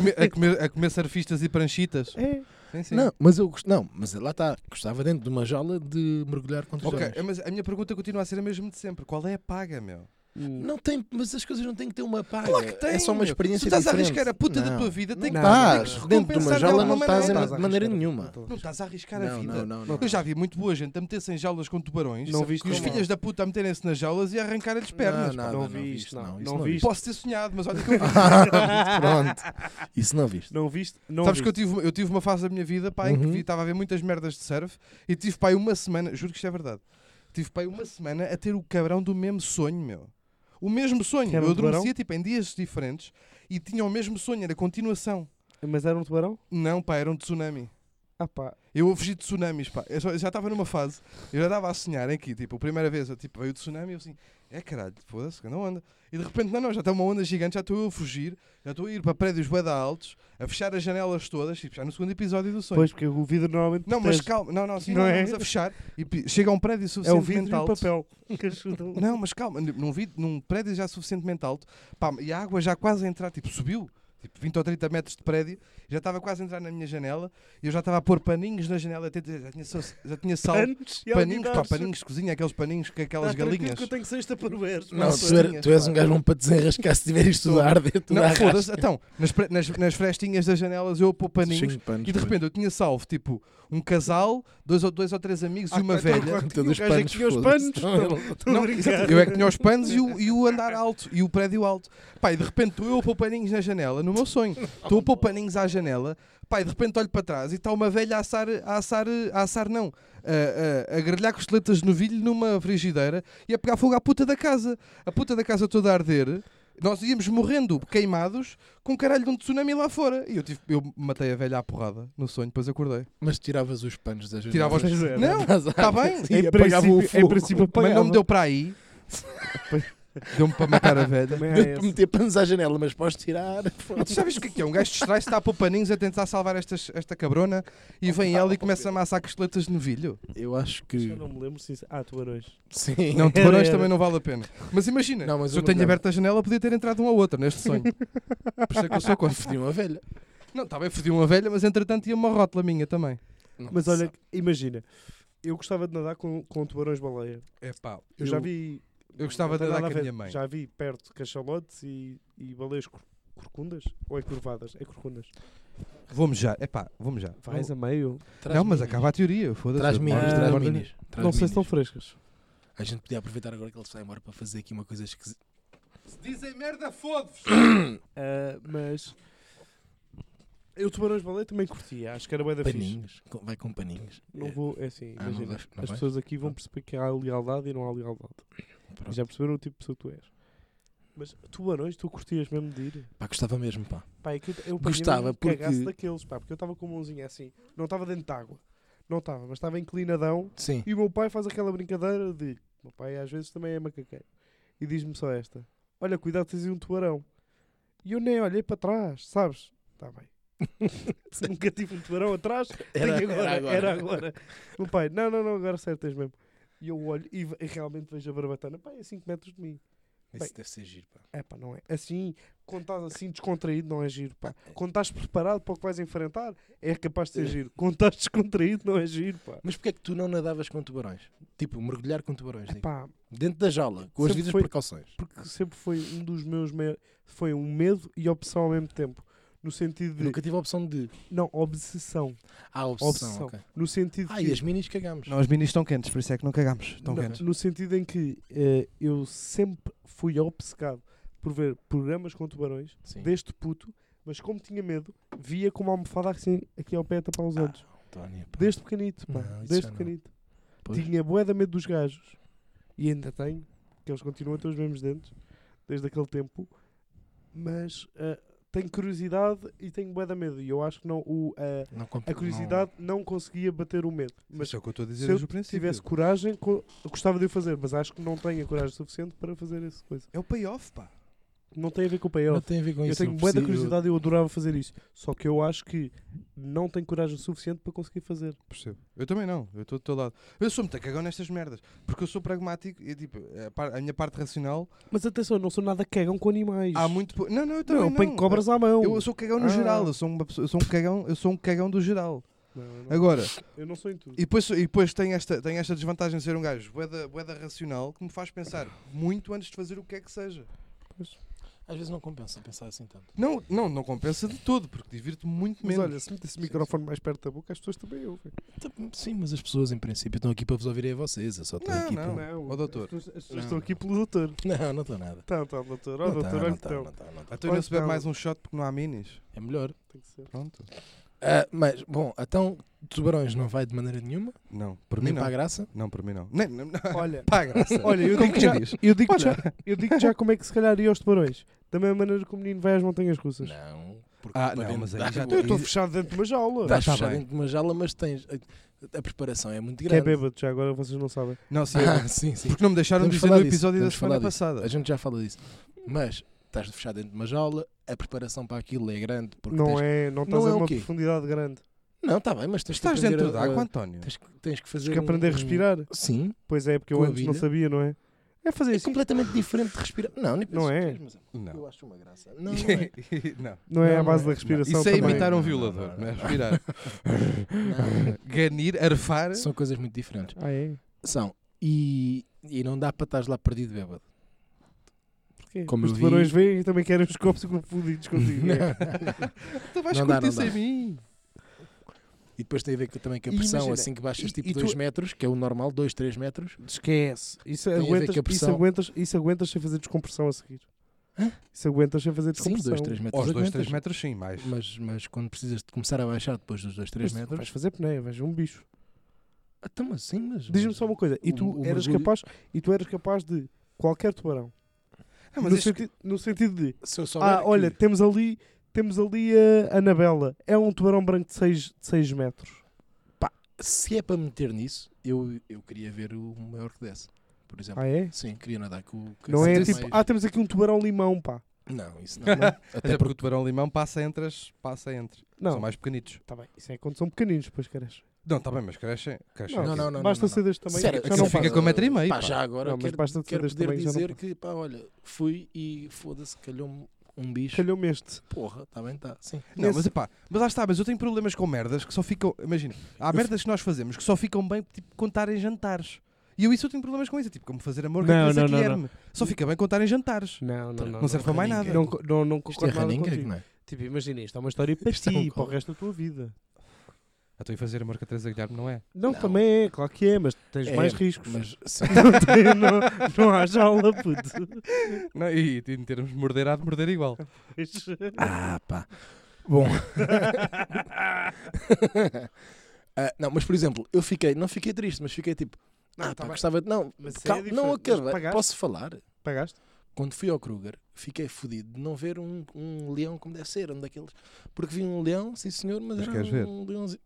A comer surfistas e pranchitas. É. Sim, sim. Não, mas eu não, mas lá está. Gostava dentro de uma jaula de mergulhar contra os Ok, jovens. mas a minha pergunta continua a ser a mesma de sempre. Qual é a paga, meu? Não tem, mas as coisas não têm que ter uma paga. Claro que tem, é só uma meu. experiência Se estás a diferente. arriscar a puta da Não. tua vida, tem que Não, Estás tem que dentro de uma recompensar jaula, de não alguma estás maneira. de maneira nenhuma. Não estás a arriscar a Não, vida. não, não. Eu já vi muito boa gente a meter-se em jaulas com tubarões Não viste e os como- filhos da puta a meterem-se nas jaulas e a arrancarem-lhes pernas. pá. Não viste, não. Isso Não não viste. viste. Posso ter sonhado, mas olha que eu vi. Pronto. Isso não viste. Não viste? Não Sabes viste. que eu tive uma fase da minha vida, pá, em que Uhum. estava a ver muitas merdas de surf e tive, pá, uma semana, juro que isto é verdade, tive, pá, uma semana a ter o cabrão do mesmo sonho, meu. O mesmo sonho. Que era um Eu adormecia, tubarão? tipo, em dias diferentes e tinha o mesmo sonho, era continuação. Mas era um tubarão? Não, pá, era um tsunami. Ah pá. Eu fugi de tsunamis, pá. Eu já estava numa fase, eu já estava a sonhar aqui, tipo, a primeira vez, tipo, veio o tsunami e eu assim, caralho, foda-se, que não onda. E de repente, não, já está uma onda gigante, já estou eu a fugir, já estou a ir para prédios bué da altos, a fechar as janelas todas, tipo, já no segundo episódio do sonho. Pois, porque o vidro normalmente Não, mas protege. calma, sim, Não não, é? mas a fechar e chega a um prédio É o suficientemente vidro e o alto. papel que ajudam. Não, mas calma, num prédio já suficientemente alto, pá, e a água já quase a entrar, tipo, subiu, tipo 20 ou 30 metros de prédio, já estava quase a entrar na minha janela, e eu já estava a pôr paninhos na janela, já tinha sal, paninhos de cozinha, aqueles paninhos com aquelas galinhas. Que eu tenho sexta para ver. Não, Não, tu és um gajo bom para desenrascar se tiver isto a arder. tu Não, arrastas. foda-se, então, nas frestinhas das janelas eu pôr paninhos, Cheio de panos, e de repente eu tinha salvo, tipo, um casal, dois ou três amigos e uma velha. Todos o gajo é que tinha os panos. Não, eu é que tinha os panos e o andar alto e o prédio alto. Pá, e de repente estou eu a pôr paninhos na janela, no meu sonho. Estou a pôr paninhos à janela, pá, e de repente olho para trás e está uma velha a grelhar costeletas de novilho numa frigideira e a pegar fogo à puta da casa. A puta da casa toda a arder. Nós íamos morrendo queimados com caralho de um tsunami lá fora. E eu matei a velha à porrada no sonho, depois acordei. Mas tiravas os panos das Tirava os... janelas. Não, está bem. E apagava o fogo. Mas não me deu para aí. Deu-me para matar a velha. Deu-te para meter panos à janela, mas podes tirar. Tu já viste o que é? Um gajo distrai-se, está a pôr paninhos a tentar salvar esta cabrona e vem ela e começa a amassar costeletas de novilho. Eu acho que. Já não me lembro se... tubarões. Sim. Não, tubarões Era. também não vale a pena. Mas imagina, Não, mas se eu eu tenho não- aberto a janela, podia ter entrado um ao outro neste sonho. Por isso é que eu sou contra. Fodi uma velha. Não, está bem, fodi uma velha, mas entretanto ia uma rótula minha também. Mas olha, imagina, eu gostava de nadar com tubarões-baleia. É pá, Eu já vi... eu gostava não de tem nadar nada com a ver. minha mãe. Já vi perto cachalotes e baleias corcundas? Ou é curvadas? É corcundas. Vou-me já, é pá, vou-me já. Vais a meio. Não, mas acaba a teoria, foda-se. Traz minis, Ah, traz agora- minis. traz Não sei se minis. estão frescas. A gente podia aproveitar agora que ele está embora para fazer aqui uma coisa esquisita. Se dizem merda, foda-vos! Mas... Eu tubarões-baleia também curtia. Acho que era bué da fixe. Paninhos. Vai com paninhos. Não vou... É assim, Ah, não imagina. vais- não As vais? pessoas aqui vão perceber que há lealdade e não há lealdade. Pronto. Já perceberam o tipo de pessoa que tu és. Mas tubarões, tu curtias mesmo de ir? Pá, gostava mesmo, pá. Pá, é que eu Gostava, apanhei-me porque- cagaço daqueles, pá, porque eu estava com a mãozinha assim, não estava dentro de água, não estava, mas estava inclinadão, Sim. e o meu pai faz aquela brincadeira de, o meu pai às vezes também é macaqueiro, e diz-me só esta, olha, cuidado, tens aí um tubarão. E eu nem olhei para trás, sabes? Está bem. Nunca tive um tubarão atrás. Era agora. Agora. O meu pai, não, agora certo tens mesmo. E eu olho e realmente vejo a barbatana. Pá, é 5 metros de mim. Isso Bem, deve ser giro, pá. é pá, não é? Assim, quando estás assim descontraído, não é giro, pá. Quando estás preparado para o que vais enfrentar, é capaz de ser giro. Quando estás descontraído, não é giro, pá. Mas porquê é que tu não nadavas com tubarões? Tipo, mergulhar com tubarões. É Digo. pá, Dentro da jaula, com as Sempre devidas foi- precauções. porque sempre foi um dos meus... Foi um medo e opção ao mesmo tempo. No sentido Eu de... nunca tive a opção de. Não, obsessão. Obsessão. Obsessão. Ok. No sentido E que... as minis cagamos. Não, as minis estão quentes, por isso é que não cagamos. Estão Não, quentes. no sentido em que eu sempre fui obcecado por ver programas com tubarões, Sim. deste puto, mas como tinha medo, via com uma almofada assim, aqui ao pé a tapar os olhos. António, pá. Desde pequenito, pá. Não, isso Desde já não. pequenito. Pois. Tinha bué de medo dos gajos. E ainda tenho, que eles continuam a ter os mesmos dentes, desde aquele tempo. Mas tenho curiosidade e tenho bué de medo. E eu acho que não, Não a curiosidade não conseguia bater o medo. Mas Mas é o que eu estou a dizer se eu desde o princípio. tivesse coragem, eu gostava de o fazer, mas acho que não tenho a coragem suficiente para fazer essa coisa. É o payoff, pá. Não tem a ver com o Não payoff. tem a ver com Eu isso. tenho bué da curiosidade e eu adorava fazer isso. Só que eu acho que não tenho coragem suficiente para conseguir fazer. Percebo. Eu também não. Eu estou do teu lado. Eu sou muito cagão nestas merdas. Porque eu sou pragmático e tipo, a minha parte racional. Mas atenção, eu não sou nada cagão com animais. Há muito. Não, eu também Não, eu ponho cobras à mão. Eu sou cagão no Ah. geral. Eu sou uma pessoa, eu sou um cagão do geral. Não, eu não- Agora, eu não sou em tudo. e depois tem esta desvantagem de ser um gajo bué da racional que me faz pensar muito antes de fazer o que é que seja. Às vezes não compensa pensar assim tanto. Não compensa de todo, porque divirto-me muito Mas menos. olha, se metesse o microfone mais perto da boca, as pessoas também ouvem. Sim, mas as pessoas em princípio estão aqui para vos ouvirem a vocês. Eu só estou Não, aqui não. para. Ó, doutor. As pessoas Não. estão aqui pelo doutor. Não estou nada. Tá, doutor. Ó, Não doutor, tá, olha não tá, então. não tá, não tá. Então não se bebe Então- mais um shot porque não há minis. É melhor. Tem que ser. Pronto. Mas, bom, então tubarões não vai de maneira nenhuma. Não, por mim Nem não. para a graça. Não, por mim não. Nem, não. Olha, Para a graça. olha, eu Como digo quem já, diz. eu digo Olha. já, eu digo já como é que se calhar ia aos tubarões. Da mesma maneira que o menino vai às montanhas russas. Não. Porque Ah, para não, dentro mas aí da já água- Eu estou fechado dentro de uma jaula. Tá, Estás tá fechado bem. dentro de uma jaula, mas tens. A preparação é muito Que é grande. bêbado, já agora vocês não sabem. Não, sim. Sim, sim. Porque não me deixaram Vamos dizer falar no disso, episódio da vamos semana falar disso. passada. A gente já fala disso. Mas estás fechado dentro de uma jaula, a preparação para aquilo é grande. Porque Não tens... é, não estás não é a o uma quê? profundidade grande. Não, está bem, mas tens Estás que aprender dentro da água, António. Tens que fazer. Tens que aprender a respirar. Sim. Pois é, porque eu Com a antes não bilha. sabia, não é? É fazer É isso. completamente diferente de respirar. Não, nem Não é? penso que tens, mas Não. eu acho uma graça. Não, não é. Não. Não é Não, à base não da é. respiração Isso é também. imitar um Não, violador, não, não é não. respirar. Não. Ganir, arfar. São coisas muito diferentes. Ah, é? São. E não dá para estar lá perdido bêbado. Porquê? Como Os eu vi- tubarões vêm e também querem os copos confundidos contigo. Tu vais Não dá, curtir não sem dá. mim. E depois tem a ver também com a E pressão, imagina, assim que baixas e tipo tu- 2 metros, que é o normal, 2, 3 metros. Esquece. Isso a ver aguentas, com a pressão. isso aguentas sem fazer descompressão a seguir. Hã? Isso aguentas sem fazer Sim, descompressão. 2, 3 metros. Aos 2, 3 aguentas. metros, sim, mais. Mas quando precisas de começar a baixar depois dos 2, 3 Mas metros. vais fazer pneia, vais ver um bicho. Então, mas sim, mas. Diz-me só uma coisa. E tu o eras mergulho- capaz de qualquer tubarão. Ah, mas No sentido de Se eu souber olha, que- temos ali a Anabela. É um tubarão branco de 6 metros. se é para meter nisso, eu queria ver o maior que desse. Por exemplo. Ah, é? Sim, queria nadar com o. Não é cacete tipo, mais- temos aqui um tubarão limão, pá. Não, isso não. Até Até porque o porque. tubarão limão passa entre. Não, São mais pequenitos. tá bem. Isso é quando são pequeninos, depois queres. Não, está bem, mas crescem. Não, Basta não. ser deste tamanho. Sério, já aquilo não fica passa. com 1,5 m, Pá, pá. já agora Não, mas quero, basta ser quero deste poder tamanho, já não dizer passa. que, pá, olha, fui e foda-se, calhou-me um bicho. Calhou-me este. Porra, está bem, está. Sim. Não, mas epá, mas lá está, mas eu tenho problemas com merdas que só ficam. Imagina, há merdas que nós fazemos que só ficam bem tipo contar em jantares. E eu tenho problemas com isso, tipo, como fazer amor com Não, a criança não, não, Guilherme. Só fica bem contar em jantares. Não, não, Não serve para mais ninguém. nada. Não Isto é concordo nada running gag, contigo. não é? Tipo, imagina, isto é uma história para Isto é um ti, para o co- resto da tua vida. Estou a fazer amor com a Teresa Guilherme, não é? Não, Não. também é, claro que é, mas tens É, mais riscos. Mas, não há jaula, puto. Não, e em termos de morder, há de morder igual. pá. Bom. Não, mas por exemplo, não fiquei triste, mas fiquei tipo, Tá pá, bem. gostava de. Não, Mas é calma, não diferente, mas acabei. pagaste? Posso falar? Pagaste? Quando fui ao Kruger, fiquei fodido de não ver um leão como deve ser, um daqueles. Porque vi um leão, sim senhor, mas Mas era queres ver? um leãozinho.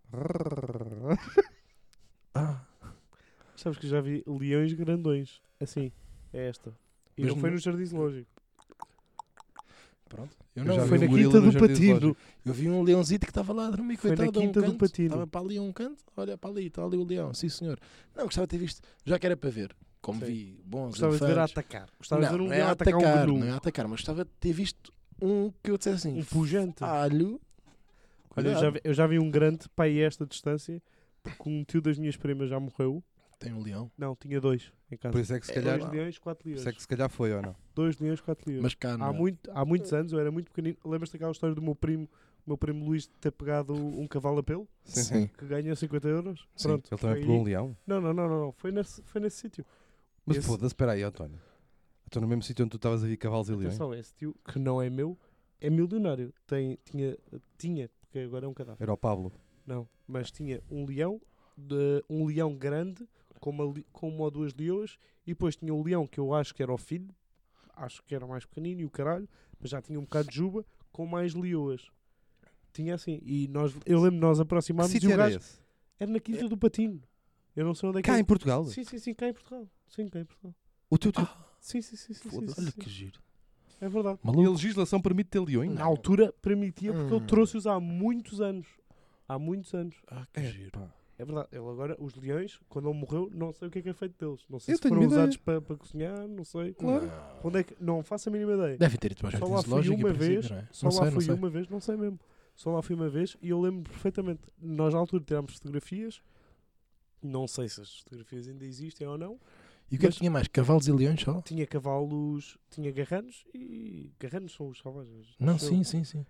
Ah, Sabes que já vi leões grandões. Assim, é esta. E Mas não foi no- no Jardim Zoológico. pronto. Eu Eu não, já eu Foi vi na um gorila quinta no do Jardim Patino. Zoológico. Eu vi um leãozito que estava lá a dormir, Foi na coitado, a um quinta do canto. Patino. Estava para ali a um canto, olha para ali, está ali o leão, sim senhor. Não, gostava de ter visto, já que era para ver, como Sim. vi bons Gostava de ver a elefantes. atacar. Gostava de ver um Não é leão a atacar atacar, um não é gnu. a atacar, mas gostava de ter visto um que eu dissesse assim, Um pujante. alho. Olha, Cuidado. eu já vi um grande para aí a esta distância, porque um tio das minhas primas já morreu. Tem um leão, Não, tinha 2 em casa. Por isso é que se calhar, 2 leões, 4 por leões. isso é que se calhar foi ou não? 2 leões, 4 leões. mas cá não. Há muitos anos, eu era muito pequenino. Lembras-te daquela história do meu primo Luís de ter pegado um cavalo a pelo? Sim. Que ganha 50 euros? Sim, Pronto. Ele também foi pegou aí. um leão? Não. Foi nesse sítio. Mas Esse- foda-se, espera aí, António. Estou no mesmo sítio onde tu estavas a ver cavalos e leões? Atenção, esse tio, que não é meu, é milionário. Tinha, porque agora é um cadáver. Era o Pablo. Não, mas tinha um leão, um leão grande, com uma ou duas leoas, e depois tinha o leão que eu acho que era o filho, acho que era mais pequenino e o caralho, mas já tinha um bocado de juba, com mais leoas. Tinha assim, e eu lembro de nós Que aproximámos e sítio o era gajo esse? era na Quinta do Patino. Eu não sei onde é que Cá é. em Portugal? Sim, cá em Portugal. Sim, cá em Portugal. O teu tio... Sim. Foda-se. Olha sim. que giro. É verdade. E a Maluco. legislação permite ter leões? Na altura permitia porque ele Hum. trouxe-os há muitos anos. Há muitos anos. Ah, que giro. Pá. É verdade. Ele agora, os leões, quando ele morreu, não sei o que é feito deles. Não sei Eu se tenho foram uma ideia. usados para cozinhar, não sei. Claro. Não. Onde é que, não faço a mínima ideia. Deve ter ido para o Só jardim lá fui zoológico, em uma princípio, vez. não é? Só Não lá sei, não fui sei. uma vez, não sei mesmo. Só lá fui uma vez e eu lembro perfeitamente. Nós na altura tirámos fotografias. Não sei se as fotografias ainda existem ou não. E o que é Mas- que tinha mais? Cavalos e leões só? Tinha cavalos, tinha garranos e garranos são os selvagens. Não, acho eu. sim.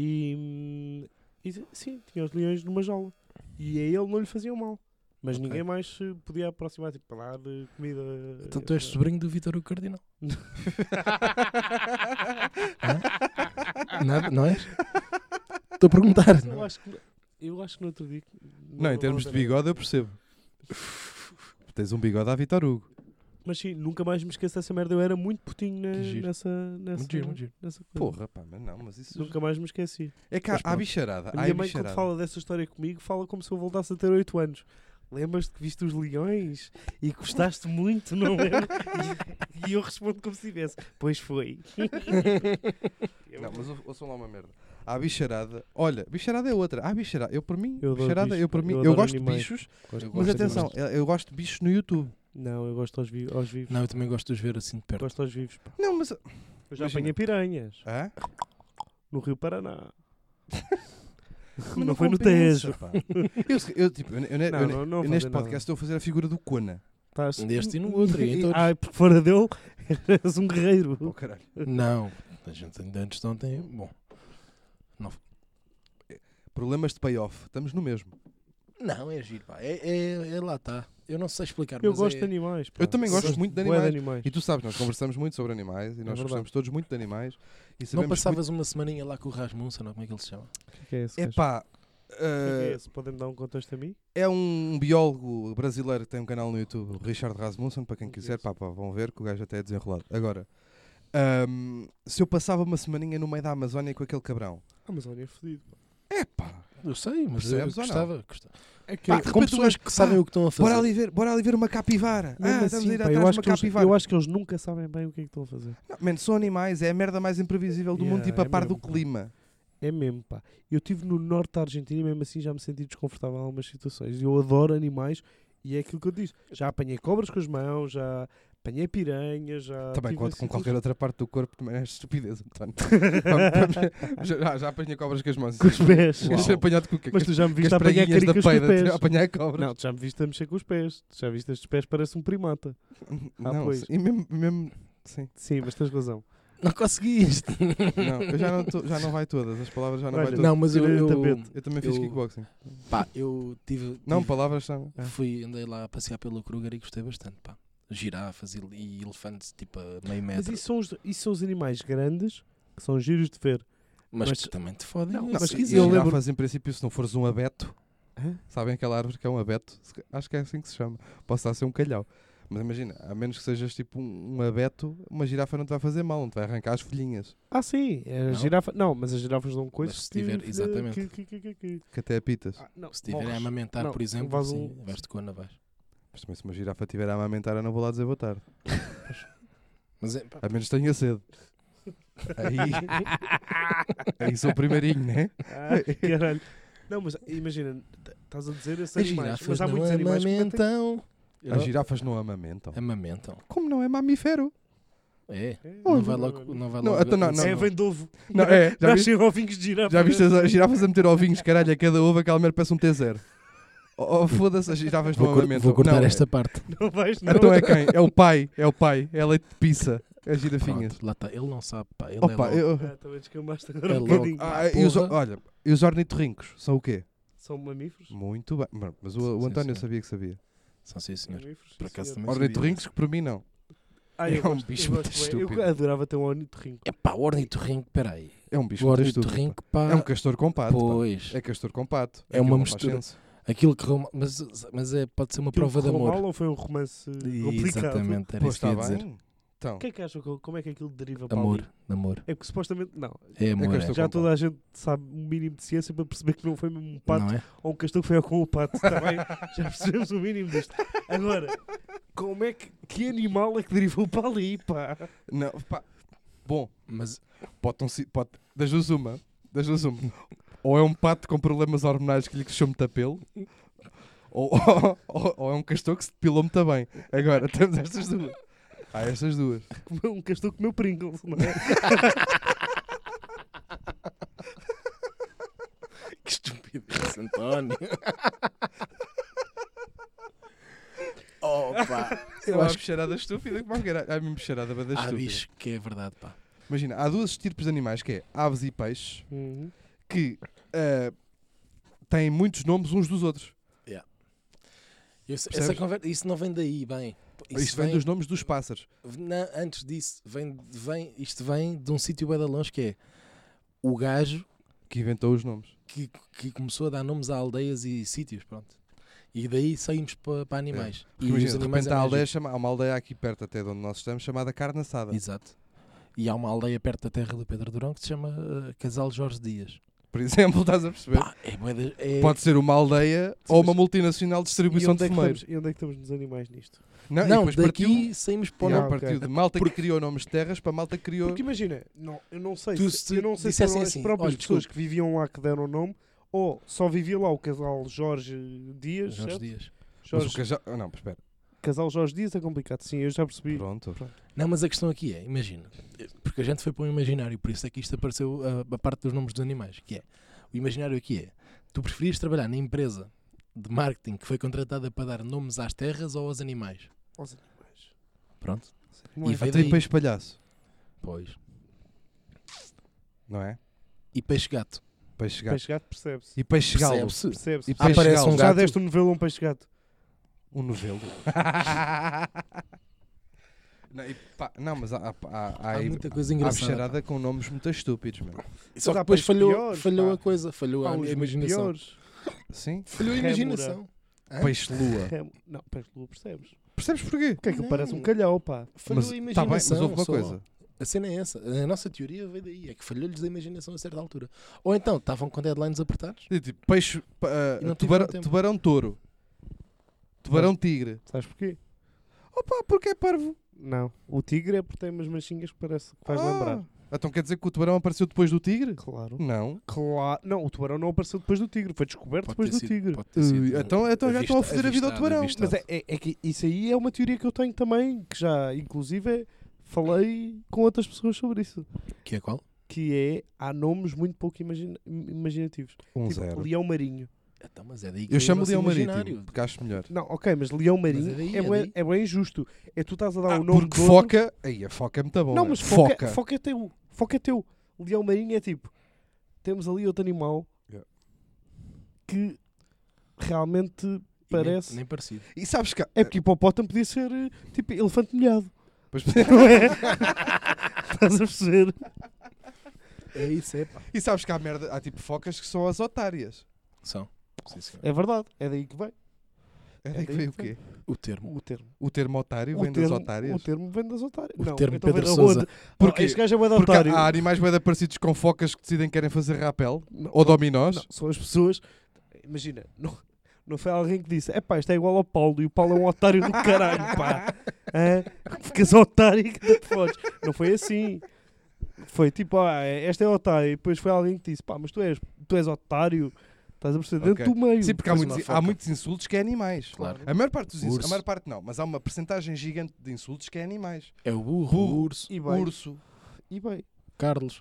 E sim, tinha os leões numa jaula. E a ele não lhe faziam mal. Mas Ok. ninguém mais se podia aproximar tipo, para dar comida. Então tu és sobrinho do Vítor o Cardinal. Nada, não és? Estou a perguntar. Eu acho que no outro dia. Não, em termos de bigode eu percebo. Tens um bigode à Vitor Hugo. Mas sim, nunca mais me esqueço dessa merda. Eu era muito putinho Que giro. nessa Muito giro, muito giro. nessa coisa. Porra, pá, mas não, mas isso... Nunca mais me esqueci. É que há Mas pronto. bicharada. A minha mãe, quando fala dessa história comigo, fala como se eu voltasse a ter 8 anos. Lembras-te que viste os leões e gostaste muito, não lembro? E eu respondo como se tivesse. Pois foi. Não, mas ouçam lá uma merda. Há bicharada. Olha, bicharada é outra. Há bicharada. Eu por mim, Eu adoro bicharada, bichos, eu por pá. mim, Eu eu adoro gosto de animais. bichos, Eu mas gosto atenção, de- eu gosto de bichos no YouTube. Não, eu gosto aos vivos. Não, eu também gosto de os ver assim de perto. Gosto aos vivos. Pá. Não, mas... Eu já Imagina. apanhei piranhas Hã? no Rio Paraná. Mas não foi no compensa, Tejo. pá. Eu, tipo, Não eu vou neste fazer nada. podcast estou a fazer a figura do Kona. Estás- Neste e no outro, e em todos. Ai, por fora dele, és um guerreiro. Oh, caralho. Não, a gente ainda antes de ontem. Bom, Problemas de payoff. Estamos no mesmo. não, é giro, pá. É lá está. Eu não sei explicar, Eu mas gosto é... de animais. Pá. Eu também gosto muito de bué animais. E tu sabes, nós conversamos muito sobre animais e nós verdade. gostamos todos muito de animais. E Não sabemos passavas uma semaninha lá com o Rasmussen, ou como é que ele se chama? O que é esse? É gajo? pá, O que é esse? Podem-me dar um contexto a mim? é um biólogo brasileiro que tem um canal no YouTube, o Richard Rasmussen, para quem Não quiser, conheço. pá, vão ver que o gajo até é desenrolado. Agora, se eu passava uma semaninha no meio da Amazónia com aquele cabrão, Ah, mas olha, é fodido. é pá, Eu sei, mas eu Percebes ou não? gostava. É Pá, de Com repente pessoas que sabem o que estão a fazer. bora ali ver uma capivara. Mesmo Estamos assim, a ir pá, atrás de uma capivara. eu acho que eles nunca sabem bem o que é que estão a fazer. Não, man, são animais, é a merda mais imprevisível do mundo, Yeah, tipo a é par do mesmo, pá. clima. É mesmo, pá. Eu estive no norte da Argentina e mesmo assim já me senti desconfortável em algumas situações. Eu adoro animais e é aquilo que eu disse. Já apanhei cobras com as mãos, já apanhei piranhas, já... Também tive com assim qualquer tudo. outra parte do corpo também é estupidez, António. já apanhei cobras com as mãos. Com os pés. Queres ser apanhado com o quê? Mas tu já me Com as viste a apanhar praguinhas da caricas com os peida, pés. a apanhar cobras. Não, tu já me viste a mexer com os pés. Tu já viste estes pés, parece um primata. Não, pois. e mesmo sim. Sim, mas tens razão. Não conseguiste. Não, eu já não vai todas, as palavras já não vai Olha, todas. Não, mas Tirei o eu tapete. Eu também fiz eu- kickboxing. pá, eu Não, tive- palavras são. andei lá a passear pelo Kruger e gostei bastante, pá. Girafas e elefantes, tipo a meio Mas metro. isso são os animais grandes que são giros de ver. Mas mas- que também te fodem. Não, Não, mas e eu lembro- girafas, em princípio, se não fores um abeto, Hã? sabem aquela árvore que é um abeto? Acho que é assim que se chama. Posso estar a ser um calhau. Mas imagina, a menos que sejas tipo um abeto, uma girafa não te vai fazer mal, não te vai arrancar as folhinhas, Ah, sim. A Não? girafa... Não, mas as girafas dão coisas Mas se tiver- exatamente. que até apitas. Ah, não, Se estiverem a morres. amamentar, Não, por exemplo, levas sim, um- vais-te com a navais. Mas também se uma girafa estiver a amamentar, eu não vou lá dizer boa tarde. Mas é, pá, A menos que tenha sede. Aí sou o primeirinho, né? Caralho. Não, mas imagina, estás a dizer esses As animais, girafas mas há não muitos animais que metem... amamentam. As girafas não amamentam. Amamentam. Como não é mamífero? É. Oh, Não vai logo. Não vai Não, logo então não. É, vem de ovo. Não, é, já viste, Nascem ovinhos de girafa. já viste as girafas a meter ovinhos, caralho, a cada ovo aquela merda parece um T0. Oh, foda-se, as girafas não amamentam. Vou cortar Não, esta parte. Não vais, não. Então é quem? É o pai, é leite de pizza, as girafinhas. Pronto, lá está. Ele não sabe, pá. Ele Opa, é logo. eu... Ah, também descamaste agora É um logo. bocadinho. e os, porra. olha, e os ornitorrincos são o quê? São mamíferos? Muito bem. Mas o Sim, António sim. sabia que sabia. São sim, senhor. Mamíferos, Por sim, acaso senhor. também. Ornitorrincos que para mim não. Eu É um gosto, bicho eu muito gosto bem. estúpido. Eu adorava ter um ornitorrinco. É pá, o ornitorrinco, peraí. É um bicho O muito estúpido. ornitorrinco, pá. É um castor com pato. pá. Pois. É castor com pato. É uma Aquilo não faz mistura. senso. Aquilo que. Mas pode ser uma Aquilo prova de correu amor. mal ou foi um romance complicado? Exatamente, era Pois isso que eu ia está dizer. bem. Então, O que é que acham? Como é que aquilo deriva para Amor, ali? amor. É que supostamente... Não. É amor. que eu É. estou- Já com toda a gente sabe um mínimo de ciência para perceber que não foi mesmo um pato Não é? ou um castor que foi com o pato. Está bem? Já percebemos o mínimo disto. Agora, como é que animal é que derivou para ali, pá? não, pá. Bom, Mas das duas uma. Ou é um pato com problemas hormonais que lhe cresceu muito a pelo, ou é um castor que se depilou muito bem. Agora, temos estas duas. Há estas duas. Um castor comeu Pringles, não é? que estupidez, António. Opa! Eu acho que cheirada estúpida que qualquer. Há mesmo cheirada bada Há estúpida. bicho que é verdade, pá. Imagina, há duas estirpes de animais que é aves e peixes Uhum. que têm muitos nomes uns dos outros. Essa Percebes? conversa, isso não vem daí, bem. Isto vem dos nomes dos pássaros. Antes disso, isto vem de um sítio bem de longe que é o gajo Que inventou os nomes. que começou a dar nomes a aldeias e sítios, pronto. E daí saímos para animais. Porque E imagina, os de animais repente é há, mais aldeia giro. há uma aldeia aqui perto até de onde nós estamos chamada Carnaçada. Exato. E há uma aldeia perto da terra do Pedro Durão que se chama Casal Jorge Dias. Por exemplo, estás a perceber? Pá, é Pode ser uma aldeia ou uma multinacional de E distribuição onde, de é que fumeiro. estamos, e onde é que estamos nos animais nisto? Não, e Não, depois daqui partiu, saímos para o não, Ah, ok. partiu de malta que criou nomes de terras para malta que criou... Porque imagina, eu não sei Tu se se foram dissessem as assim, próprias olha, pessoas desculpe. que viviam lá que deram o nome ou só vivia lá o casal Jorge Dias, Jorge certo? Dias. Mas o casal... Não, espera. Casal Jorge Dias é complicado, sim, eu já percebi. Pronto. Não, mas a questão aqui é, imagina, porque a gente foi para o imaginário, por isso é que isto apareceu a parte dos nomes dos animais, que é, o imaginário aqui é, tu preferias trabalhar na empresa de marketing que foi contratada para dar nomes às terras ou aos animais? Aos animais. Pronto. Não é? E veio Tem daí. peixe palhaço, Pois. não é? E peixe-gato. Peixe gato. Peixe gato percebe-se. E peixe galo. Percebe-se. Percebe-se. E peixe Aparece galo. um Já gato. deste um novelo a um peixe gato. Um novelo. Não, não, mas há Há aí... muita coisa Há engraçada. bicharada com nomes muito estúpidos, meu. Só que há depois peixes piores, falhou pá. a coisa, falhou Há a uns muito imaginação. piores. Sim? Falhou a Rémora. imaginação. Hã? Peixe-lua. Não, peixe lua percebes. Percebes porquê? O que é que Não. parece um calhau, pá? Falhou Mas, a tá imaginação. bem, mas houve uma só. coisa. A cena é essa. A nossa teoria veio daí. É que falhou-lhes a imaginação a certa altura. Ou então estavam com deadlines apertados. É tipo, peixe... E não tiveram tubarão, tempo. tubarão-touro. Tubarão-tigre. Sabes porquê? Opa, porque é parvo. Não. O tigre é porque tem umas manchinhas que parece que faz lembrar. Então quer dizer que o tubarão apareceu depois do tigre? Claro. Não. Claro. Não, o tubarão não apareceu depois do tigre. Foi descoberto depois do tigre. Pode ter sido Então já estão a foder a vida ao tubarão. Mas é que isso aí é uma teoria que eu tenho também, que já, inclusive, falei com outras pessoas sobre isso. Que é qual? Que é, há nomes muito pouco imaginativos. Tipo, 1-0. Leão Marinho. Então, mas é daí que Eu veio o chamo nosso Leão imaginário. Marítimo, porque acho melhor. Não, ok, mas Leão Marinho é daí, é, é bué- daí. é bem injusto. É tu estás a dar o nome Porque do outro- foca... Aí, a foca é muito bom. Não, é? mas foca é teu. Foca é teu. Leão Marinho é tipo, temos ali outro animal Yeah. que realmente E parece... Nem parecido. E sabes que... É porque hipopótamo podia ser tipo elefante molhado. Pois- Não é? Estás a perceber? É isso, é pá. E sabes que há merda... Há tipo focas que são as otárias. São. Sim, senhor. É verdade. É daí que vem É daí que veio o quê? O termo. o termo. O termo otário vem o das termo, otárias? O termo vem das otárias. O Não, termo então vem Pedro da onde? Sousa. Porquê? Este gajo é bué de Porque otário. há animais bem parecidos com focas que decidem que querem fazer rapel Não, ou dominós. não, são as pessoas... Imagina, não foi alguém que disse epá, isto é igual ao Paulo e o Paulo é um otário do caralho, pá. Ficas otário e que te fodes. Não foi assim. Foi tipo, esta é otário. E depois foi alguém que disse, pá, mas tu és otário. Estás a perceber? Dentro do meio. Sim, porque há muitos insultos que é animais. Claro. A maior parte dos insultos, Urso. a maior parte não, mas há uma percentagem gigante de insultos que é animais. É o burro, o urso, E bem. Urso. E bem. Carlos.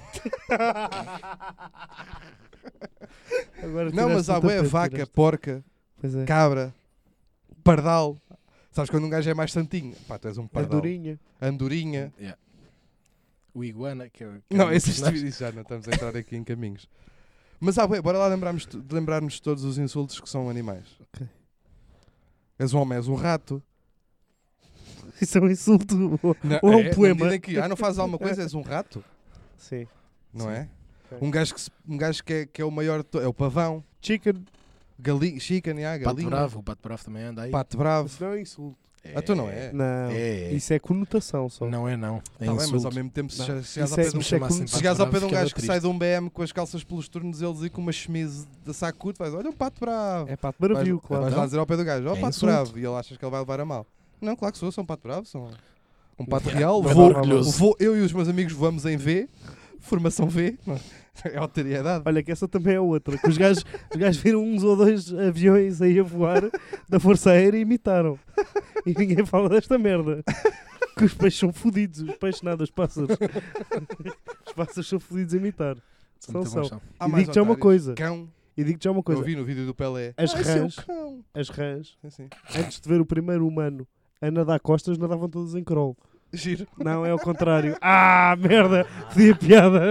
Agora Não, mas tiraste há o bué, tapete, vaca, tiraste. porca, Pois é. cabra, pardal. Sabes quando um gajo é mais santinho? Pá, tu és um É pardal. durinha. Andorinha. Yeah. O iguana, que é Não, um esse personagem. já não estamos a entrar aqui em caminhos. Mas bora lá lembrarmos de todos os insultos que são animais. Ok. És um homem, és um rato. Isso é um insulto. Não, Ou é um na poema. medida em que, não fazes alguma coisa, és um rato, Sim. não Sim. é? Ok. Um gajo que é o maior, é o pavão, Chicken. chicken, Pato galinha, Bravo, o Pato Bravo também anda aí. pato bravo. Isso não é insulto. Ah, tu não é? Não. É. Isso é conotação só. Não é não. É Tá bem, mas insulto. ao mesmo tempo, se Não. chegares Isso ao é- pé de um isso é chamassem como- Pato chegares ao pé de um Bravo, gajo que ficava sai de um BM com as calças pelos tornozelos e com uma chemise de saco curto, vais, olha um pato bravo. É pato maravilhoso, Vais claro. lá dizer ao pé do gajo, ó É pato insulto. bravo, e ele achas que ele vai levar a mal. Não, claro que sou um pato bravo, sou um pato real. Vai Vou, dar orgulhoso. eu e os meus amigos voamos em V, formação V, é autoridade. Olha que essa também é outra. Que os gajos viram uns ou dois aviões aí a voar da Força Aérea e imitaram. E ninguém fala desta merda. Que os peixes são fodidos. Os peixes nada, os pássaros. Os pássaros são fodidos a imitar. São muito são. bons, são. Há E mais digo-te já uma otários. coisa. Cão, E digo-te já uma eu coisa. vi no vídeo do Pelé. As esse é o rãs. cão. As rãs, Sim, sim. antes de ver o primeiro humano a nadar costas, nadavam todas em crawl. Giro. Não, é ao contrário. Ah, merda! Fodi a piada.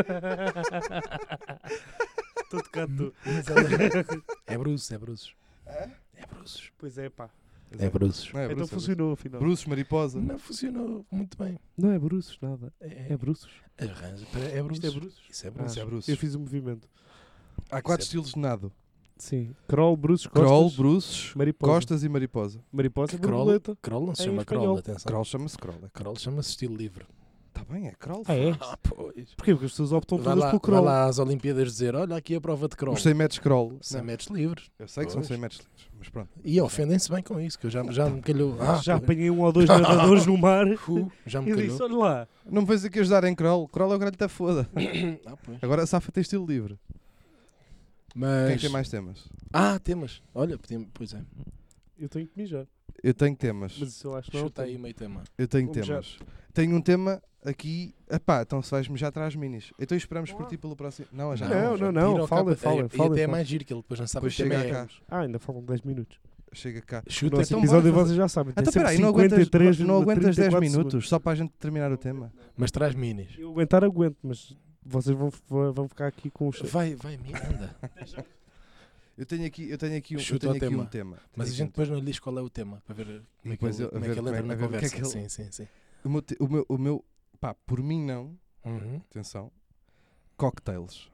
Estou tocado. É Bruce, é Bruce. É Bruce. Pois é, pá. É Bruce. Não é Então Bruce, funcionou, afinal. Bruce, mariposa. Não funcionou muito bem. Não é bruços, nada. É, É bruços. As rãs, é Bruce. Isto é bruços? Isso é Ah, Bruce. Isso é bruços. Eu fiz o movimento. Há 4 Isso é- estilos de nado. Sim. Crawl, bruços, costas. Crawl, bruços, Mariposa. costas e mariposa. Mariposa, Crawl, borboleta. crawl não se Em chama espanhol. crawl, atenção. Crawl chama-se crawl. Crawl chama-se estilo livre. Está bem, é crawl. Ah, é? Ah, pois. Porquê? Porque as pessoas optam Vai todas lá, pelo vai crawl. lá às Olimpíadas dizer, olha aqui a prova de crawl. Os 100 metros crawl. 100 Não, metros livres. eu sei que são Pois. 100 metros livres, mas pronto. E ofendem-se bem com isso, que eu já me calhou. Já pois. apanhei um ou dois nadadores no mar Já me e calhou. disse, olha lá. Não me vais aqui ajudar em crawl. Crawl é o grande da foda. Ah, pois. Agora a Safa tem estilo livre. Mas... Quem é que tem mais temas? Ah, temas. Olha, pois é. Eu tenho que mijar. Eu tenho temas. Mas isso eu acho que não. Chuta aí meio tema. Eu tenho Vou temas. Tenho um tema aqui. Epá, então se vais-me já atrás minis. Então esperamos por ti pelo próximo. Não, já Não, já não, tira o fala, capa- fala, E fala, até é fala. mais giro que ele depois não sabe Depois o tema chega é. cá. Ah, ainda falam 10 minutos. Chega cá. No Chuta nosso então episódio bora vocês já sabem. Tem Então sempre peraí, não aguentas 53 não aguentas 10 34 minutos segundos. só para a gente terminar o tema? Mas traz minis. Eu aguentar, aguento, mas vocês vão ficar aqui com os. Vai, anda. Eu tenho aqui Chuta o tema. um tema. Mas a gente depois não lhe diz qual é o tema, para ver como é que depois ele, eu- a como é ver que ele como é- entra na a ver o que é conversa. que ele- Sim, sim, sim. O meu, pá, por mim não, Uhum. atenção, cocktails.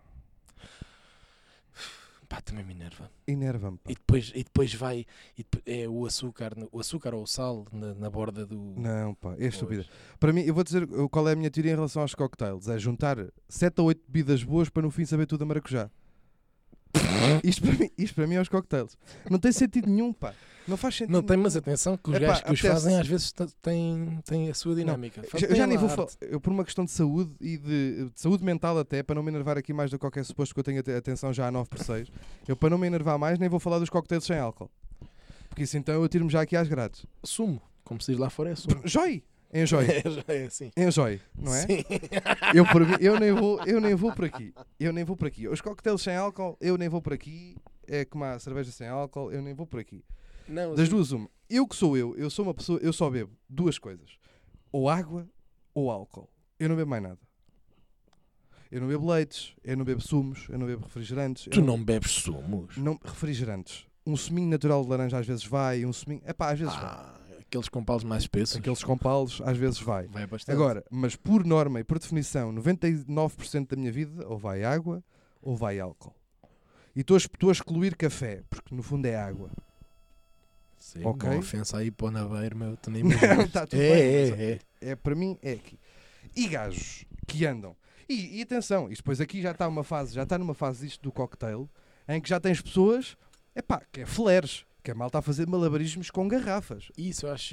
Pá, também me enerva. Enerva-me, pá. E depois vai, é o açúcar ou o sal na borda do... Não, pá, é Pois. estúpida. Para mim, eu vou dizer qual é a minha teoria em relação aos cocktails. É juntar 7 ou 8 bebidas boas para no fim saber tudo a maracujá. Isto para mim é os cocktails. Não tem sentido nenhum, pá. Não faz sentido Não tem, nenhum. mas atenção que os Epá, gajos que os apetece. fazem às vezes têm a sua dinâmica. Eu já nem vou falar. Eu, por uma questão de saúde e de saúde mental até, para não me enervar aqui mais do que qualquer suposto, que eu tenho atenção já a 9/6, eu para não me enervar mais nem vou falar dos cocktails sem álcool. Porque isso então eu tiro-me já aqui às grades. Sumo, como se diz lá fora é sumo. Joy! Enjoy! É assim. Enjoy, não é? Sim. Eu, por mim, eu nem vou por aqui. Eu nem vou por aqui. Os cocktails sem álcool, eu nem vou por aqui. É como a cerveja sem álcool, eu nem vou por aqui. Não, Das duas, uma. Eu que sou eu sou uma pessoa, eu só bebo duas coisas. Ou água ou álcool. Eu não bebo mais nada. Eu não bebo leites, eu não bebo sumos, eu não bebo refrigerantes. Tu não bebes sumos? Não, refrigerantes. Um suminho natural de laranja às vezes vai, um suminho... Epá, às vezes vai. Aqueles com paus mais espessos. Aqueles com palos às vezes vai. Vai bastante. Agora, mas por norma e por definição, 99% da minha vida ou vai água ou vai álcool. E estou a excluir café, porque no fundo é água. Sim, ok. uma ofensa aí para o naveiro, meu, tu nem Não, imaginas. tá tudo bem, mas É. para mim é aqui. E gajos que andam. E atenção, isto depois aqui já está numa fase disto do cocktail, em que já tens pessoas, que é flares, que a malta a fazer malabarismos com garrafas. Isso eu acho giro.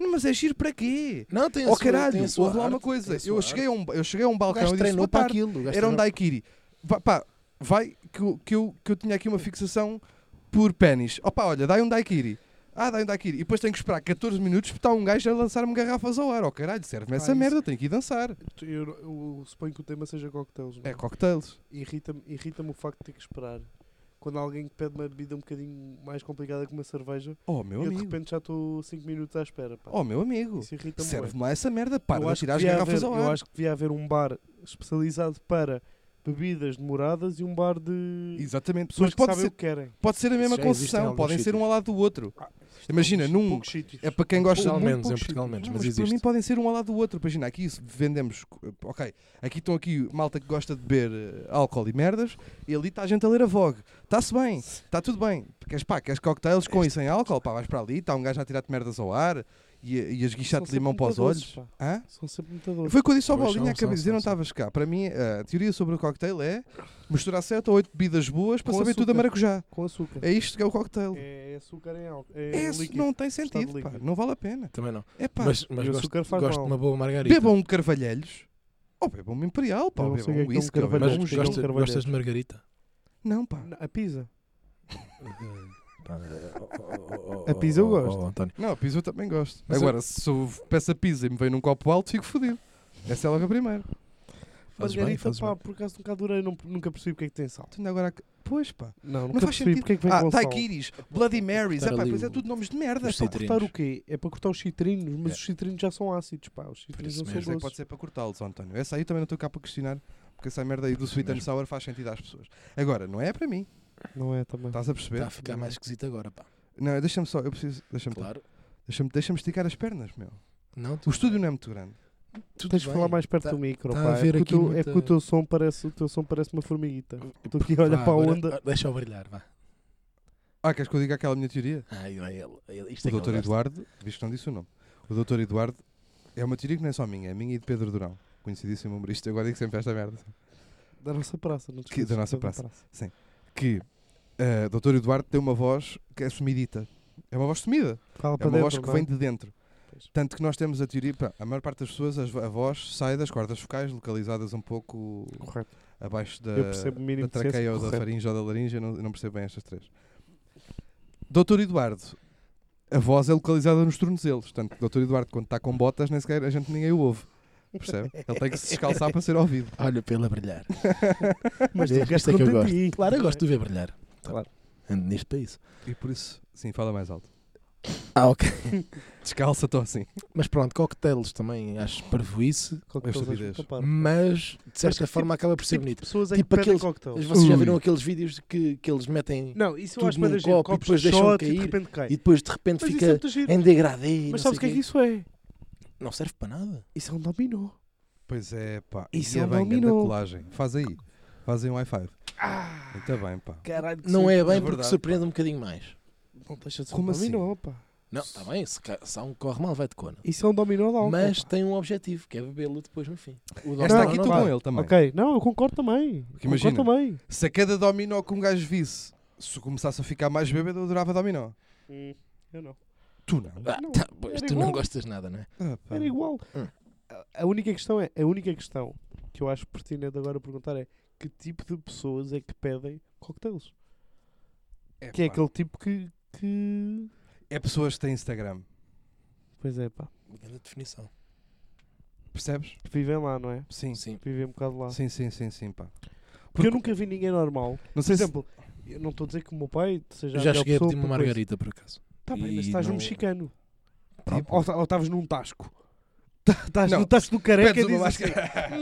Não, mas é giro para quê? Não, tem Oh caralho, tem a sua houve lá uma arte, coisa. tem a sua Eu cheguei, eu cheguei a um O balcão gajo e disse, treinou boa para tarde. aquilo. O gajo Era um treinou- daiquiri. Vai que eu tinha aqui uma fixação por pênis. Opa, olha, dai um daiquiri. Dai um daiquiri. E depois tenho que esperar 14 minutos porque está um gajo a lançar-me garrafas ao ar. Oh caralho, serve-me essa isso- merda, eu tenho que ir dançar. Eu suponho que o tema seja cocktails. É mano. cocktails. Irrita-me o facto de ter que esperar. Quando alguém pede uma bebida um bocadinho mais complicada que uma cerveja, Oh meu eu de amigo. repente já estou 5 minutos à espera. Pá. Oh meu amigo. Isso irrita-me. bué. Serve-me lá essa merda. Para Eu de acho que tirar as devia garrafas haver- ao Eu ar. acho que devia haver um bar especializado para bebidas demoradas e um bar de Exatamente. pessoas Mas que pode sabem o ser, que querem. pode ser a mesma já existe em concessão. alguns Podem ser um sítios. ao lado do outro. Isto Imagina, poucos- num- poucos sítios. É para quem gosta Portugal muito menos, em poucos Portugal sítios. menos, Não, mas mas para mim existe. podem ser um ao lado do outro. Imagina, aqui vendemos. Ok, aqui estão aqui malta que gosta de beber álcool e merdas, e ali está a gente a ler a Vogue. Está-se bem, está tudo bem. Queres cocktails com e sem álcool? Pá, vais para ali, está um gajo a tirar-te merdas ao ar e a esguichar-te São limão sempre para os muito olhos. doces, pá. Hã? São sempre muito doces. Foi o que eu disse ao Pois Bolinha, são, acabei de dizer, são, não são. estavas cá. Para mim, a teoria sobre o cocktail é misturar 7 ou 8 bebidas boas para Com saber tudo a açúcar. maracujá. Com açúcar. É isto que é o cocktail. É açúcar em álcool. É Esse líquido. não tem estado sentido, pá. líquido. Não vale a pena. Também não. É pá, Mas E o gosto, açúcar faz gosto mal. de uma boa margarita. bebam um Carvalhelhos ou bebam um Imperial, pá. Eu Ou não sei bebam o um que é um whisky, ou bebam Carvalheiros, um Mas Carvalheiros. gin. Carvalheiros. gostas de margarita? Não, pá. A pizza. A A pizza eu gosto. António. Não, a pizza eu também gosto. Mas Agora, se eu peço a pizza e me vem num copo alto, fico fodido. Essa é logo a primeira. Fazes bem, Margarita, fazes pá, bem. por acaso nunca adorei, nunca percebi porque é que tem sal. Tu ainda agora... Pois, pá. Não, Não nunca faz percebi sentido. porque é que vem com sal. Daiquiris, Bloody Marys, cortar é pá, ali pois é o- tudo nomes de merda. os pá. citrinos. Cortar o quê? É para cortar os citrinos, mas É. os citrinos já são ácidos, pá. Os citrinos isso não mesmo, são É que pode doces. ser para cortá-los, António. Essa aí também não estou cá para questionar, porque essa merda aí do Isso sweet and mesmo. sour faz sentido às pessoas. Agora, não é para mim. Não é também. Estás a perceber? Está a ficar mais esquisito agora, pá. Não, deixa-me só, eu preciso... Claro. Deixa-me esticar as pernas, meu. Não, O estúdio não é muito grande. tudo Tens de bem. falar mais perto Tá- do micro, tá a pá. haver É aqui porque o muita- teu som parece uma formiguita. Estou aqui a olhar Vá, para a agora, onda. Deixa-o brilhar, vá. Queres que eu diga aquela minha teoria? Ai, vai ele. Isto O é que Dr. ele gosta. Eduardo, visto que não disse o nome, o Dr. Eduardo é uma teoria que não é só minha, é minha e de Pedro Durão, conhecidíssimo humorista. Eu agora digo sempre esta merda. Da nossa praça, não te Que- esqueças, da nossa da praça. Que Dr. Eduardo tem uma voz que é sumidita. É uma voz sumida. Fala É para uma dentro, voz que não é? vem de dentro. Pois. Tanto que nós temos a teoria, pá, a maior parte das pessoas, a voz sai das cordas focais, localizadas um pouco Correto. abaixo Eu percebo o mínimo da de ciência, traqueia ou da correto. faringe ou da laringe, eu não percebo bem estas três. Dr. Eduardo, a voz é localizada nos tornozelos. Portanto, Dr. Eduardo, quando está com botas, nem sequer ninguém o ouve. Percebe? Ele tem que se descalçar para ser ouvido. Olha para ele a brilhar. Mas tu Isto ficaste é que eu gosto. contentinho. Claro, eu gosto de ver brilhar. Claro. Ando neste país. E por isso, sim, fala mais alto. Ok. Descalça-te assim. Mas pronto, cocktails também acho parvoíce, Cocktails Esta acho avidez. muito parvo. mas de certa Mas que forma acaba por ser Tipo de bonito. pessoas é Tipo que pedem aqueles- cocktails. Vocês já Ui. viram aqueles vídeos que eles metem Não, isso eu tudo acho para num da gente. copo e Copos depois de deixam shot e de cair repente cai. e depois de repente Mas isso é fica muito giro. em degradê e não Mas sei sabes o que é quê. que isso é? Não serve para nada. Isso é um dominó. Pois é, pá. Isso e é é um bem, grande dominó. colagem. Faz aí. Faz aí um i5. Muito bem, pá. Caralho, que Não é simples. bem é porque verdade, surpreende um bocadinho mais. Não deixa de ser Como um assim? dominó, pá. Não, está bem, se há um que corre mal vai de cona. Isso é um dominó de álcool. Mas pá. tem um objetivo, que é bebê-lo depois no fim. O Esta Não, aqui não estou vai. com ele também. Ok, não, eu concordo também. Porque imagina, Concordo também. Se a cada dominó que um gajo visse, se começasse a ficar mais bêbado, eu adorava dominó. Eu não. Tu não. Não, Pois era tu não igual. gostas nada, não é? Ah, pá. Era igual. Hum. A única questão que eu acho pertinente agora perguntar é que tipo de pessoas é que pedem cocktails? Que é pá. aquele tipo que... É pessoas que têm Instagram. Pois é, pá. Grande definição. Percebes? Vivem lá, não é? Sim. Sim. Vivem um bocado lá. Sim, pá. Porque eu nunca vi ninguém normal. Não Por sei se... exemplo, eu não estou a dizer que o meu pai seja Eu a já melhor cheguei a pessoa pedir uma para coisa. margarita, por acaso. Tá bem, mas E estás num não- mexicano. Tipo, Ou estavas num tasco. Estás Não, no tasco do careca pedes e uma dizes assim... máscara.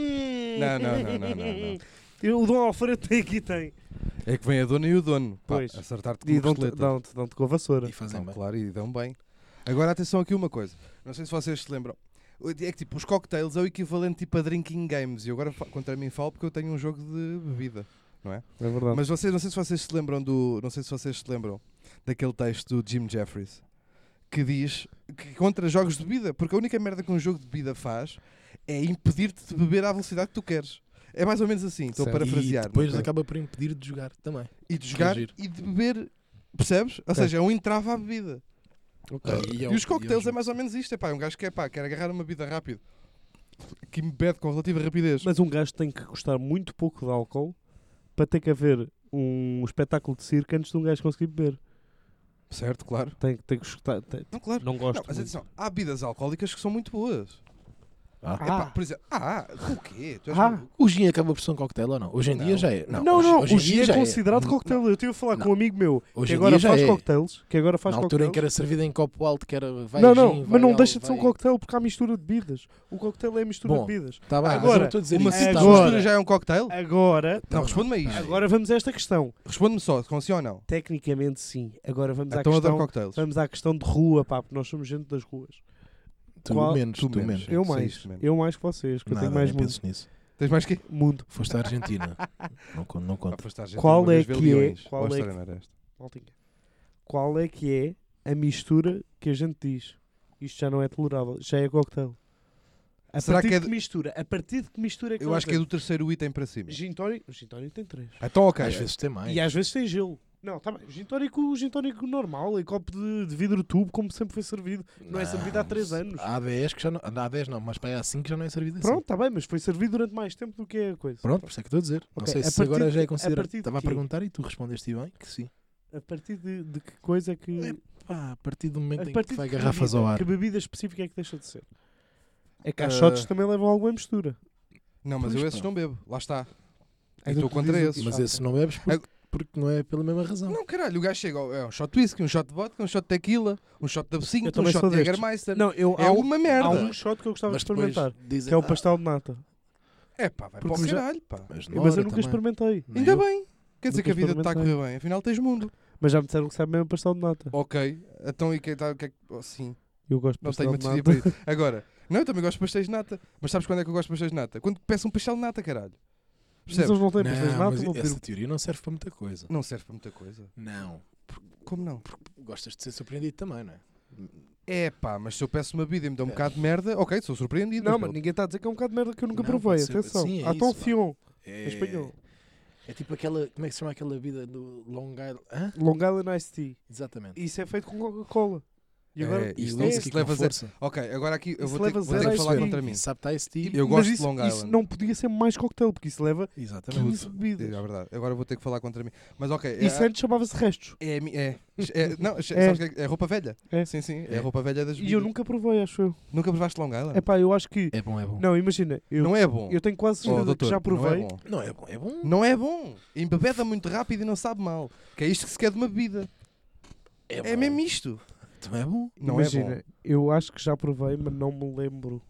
Não. O Dom Alfredo tem aqui, tem. É que vem a dona e o dono. Pá, Pois. acertar-te com E uma dão-te costeleta. dão-te com a vassoura. E fazem Não, bem. claro, e dão bem. Agora atenção aqui uma coisa. Não sei se vocês se lembram. É que tipo, os cocktails é o equivalente tipo a drinking games. E eu agora contra mim falo porque eu tenho um jogo de bebida. Não é? É verdade. Mas vocês, não sei se vocês se lembram daquele texto do Jim Jeffries que diz que contra jogos de bebida, porque a única merda que um jogo de bebida faz é impedir-te de beber à velocidade que tu queres. É mais ou menos assim, estou a Certo. parafrasear. E depois não é? acaba por impedir de jogar também. E de jogar giro. e de beber, percebes? Ou Ok. seja, é um entrave à bebida. Ok. E E os cocktails é mais ou menos isto. É um gajo que quer agarrar uma bebida rápido, que me bebe com relativa rapidez. Mas um gajo tem que gostar muito pouco de álcool para ter que haver um espetáculo de circo antes de um gajo conseguir beber. Certo, claro. Tem que gostar. Não, claro. Não gosto. Não, mas muito. atenção, há bebidas alcoólicas que são muito boas. Por exemplo, o quê? Tu és Ah. maluco? O gin acaba por ser um cocktail ou não? Hoje em dia Não. já é. Não, hoje em o gin dia é já considerado Não, cocktail. Eu estive a falar Não. com um amigo meu Hoje que em agora dia já faz é. cocktails. Na altura em que era servido em copo alto, que era vai Não, gin, mas não vai deixa de ser um vai- cocktail porque há mistura de bebidas. O cocktail é a mistura Bom, de bebidas. Tá bem, mas Agora, eu não estou a dizer Uma isso. simples Tá agora- bem. mistura já é um cocktail? Agora, Não, responde-me a isto. agora vamos a esta questão. Responde-me só, se sim ou não. Tecnicamente sim. Agora vamos à Então adoro questão. cocktails. Vamos à questão de rua, pá, porque nós somos gente das ruas. Tu Qual- menos, tu tu menos. menos. Sim, Eu sim, mais. isso mesmo. Eu mais que vocês, que eu Nada, tenho mais nem mundo. penses nisso. Tens mais que? Mundo. Foste à Argentina. Não conta. Foste à Argentina Qual uma é vez ver que é- leões. qual Ou a é história que- não era esta? Maltinha. Qual é que é a mistura que a gente diz? Isto já não é tolerável, já é cocktail. A Será partir que é de que mistura? A partir de que mistura é que Eu nós acho que é temos? do terceiro item para cima. Gin tonic? O gin tonic tem 3. Então, ok. Às vezes tem mais. E às vezes tem gelo. Não, tá bem. O gin tonic normal, em copo de vidro tubo, como sempre foi servido. Não é servido há 3 anos. Há 10 que já não. Há 10 não, mas para aí há 5 que já não é servido assim. Pronto, está bem, mas foi servido durante mais tempo do que é a coisa. Pronto, por isso é que estou a dizer. Não Ok, sei a se partir agora de- já é a considerado. partir de Estava a quê? perguntar e tu respondeste bem que sim. A partir de que coisa é que. Pá, a partir do momento A em partir que vai de que garrafas bebida? ao ar. Que bebida específica é que deixa de ser? É que as shots também levam alguma mistura. Não, mas Pois, eu esses pá. não bebo. Lá está. É E do estou que contra diz o- esses. Mas Ok. esse não bebes porque não é pela mesma razão. Não, caralho, o gajo chega. É um shot de whisky, um shot de vodka, um shot de tequila, um shot de Eu absinto, um também shot sou de destes. Jägermeister. Não, É uma merda. há um shot que eu gostava Mas de depois experimentar, dizem, que é o pastel de nata. É pá, vai Porque para o já- caralho, pá. Mas, Mas eu nunca também. experimentei. Nem Ainda eu. bem. Quer dizer Nunca que a vida está a experimentei. correr bem. Afinal tens mundo. Mas já me disseram que sabe mesmo pastel de nata. Ok. Então e que está. Sim. Eu gosto de Não pastel tenho de uma teoria nata. para isso. Agora, não, eu também gosto de pastéis de nata. Mas sabes quando é que eu gosto de pastéis de nata? Quando peço um pastel de nata, caralho. Mas Percebes? eles não têm pastéis de Não, nata, mas vão pedir essa teoria não serve para muita coisa. Não serve para muita coisa. Não. Como não? Gostas de ser surpreendido também, não é? É pá, mas se eu peço uma vida e me dá um bocado de merda, ok, sou surpreendido. Não, mas mas ninguém está a dizer que é um bocado de merda que eu nunca Não, provei. pode ser- Atenção. sim, é Há tão isso, pá. fion É em espanhol. É tipo aquela. Como é que se chama aquela vida do Long Island? Hã? Long Island Iced Tea. Exatamente. Isso é feito com Coca-Cola. E agora, É, E isso o whisky isso com leva a zero. força. Ok, agora aqui eu Isso vou ter, leva vou ter zero que falar ice contra cream. mim. Sabe tá esse tipo? Eu mas gosto de isso, Long isso Island. não podia ser mais cocktail, porque isso leva Exatamente. 15 bebidas. É verdade. Agora vou ter que falar contra mim. Mas ok. Isso antes chamava-se restos. Não, sabes o que é roupa velha? É. Sim, sim. É É. a roupa velha das E eu bebidas. nunca provei, acho eu. Nunca provaste Long Island? É pá, eu acho que. É bom, é bom. Não, imagina. Não é bom. Eu tenho quase Oh, certeza doutor, que já Não provei. é bom. Não é bom, é bom. Não é bom. Embebeda muito rápido e não sabe mal. Que é isto que se quer de uma bebida. É bom. mesmo isto. Então é bom. Não Imagina, é bom. eu acho que já provei, mas não me lembro.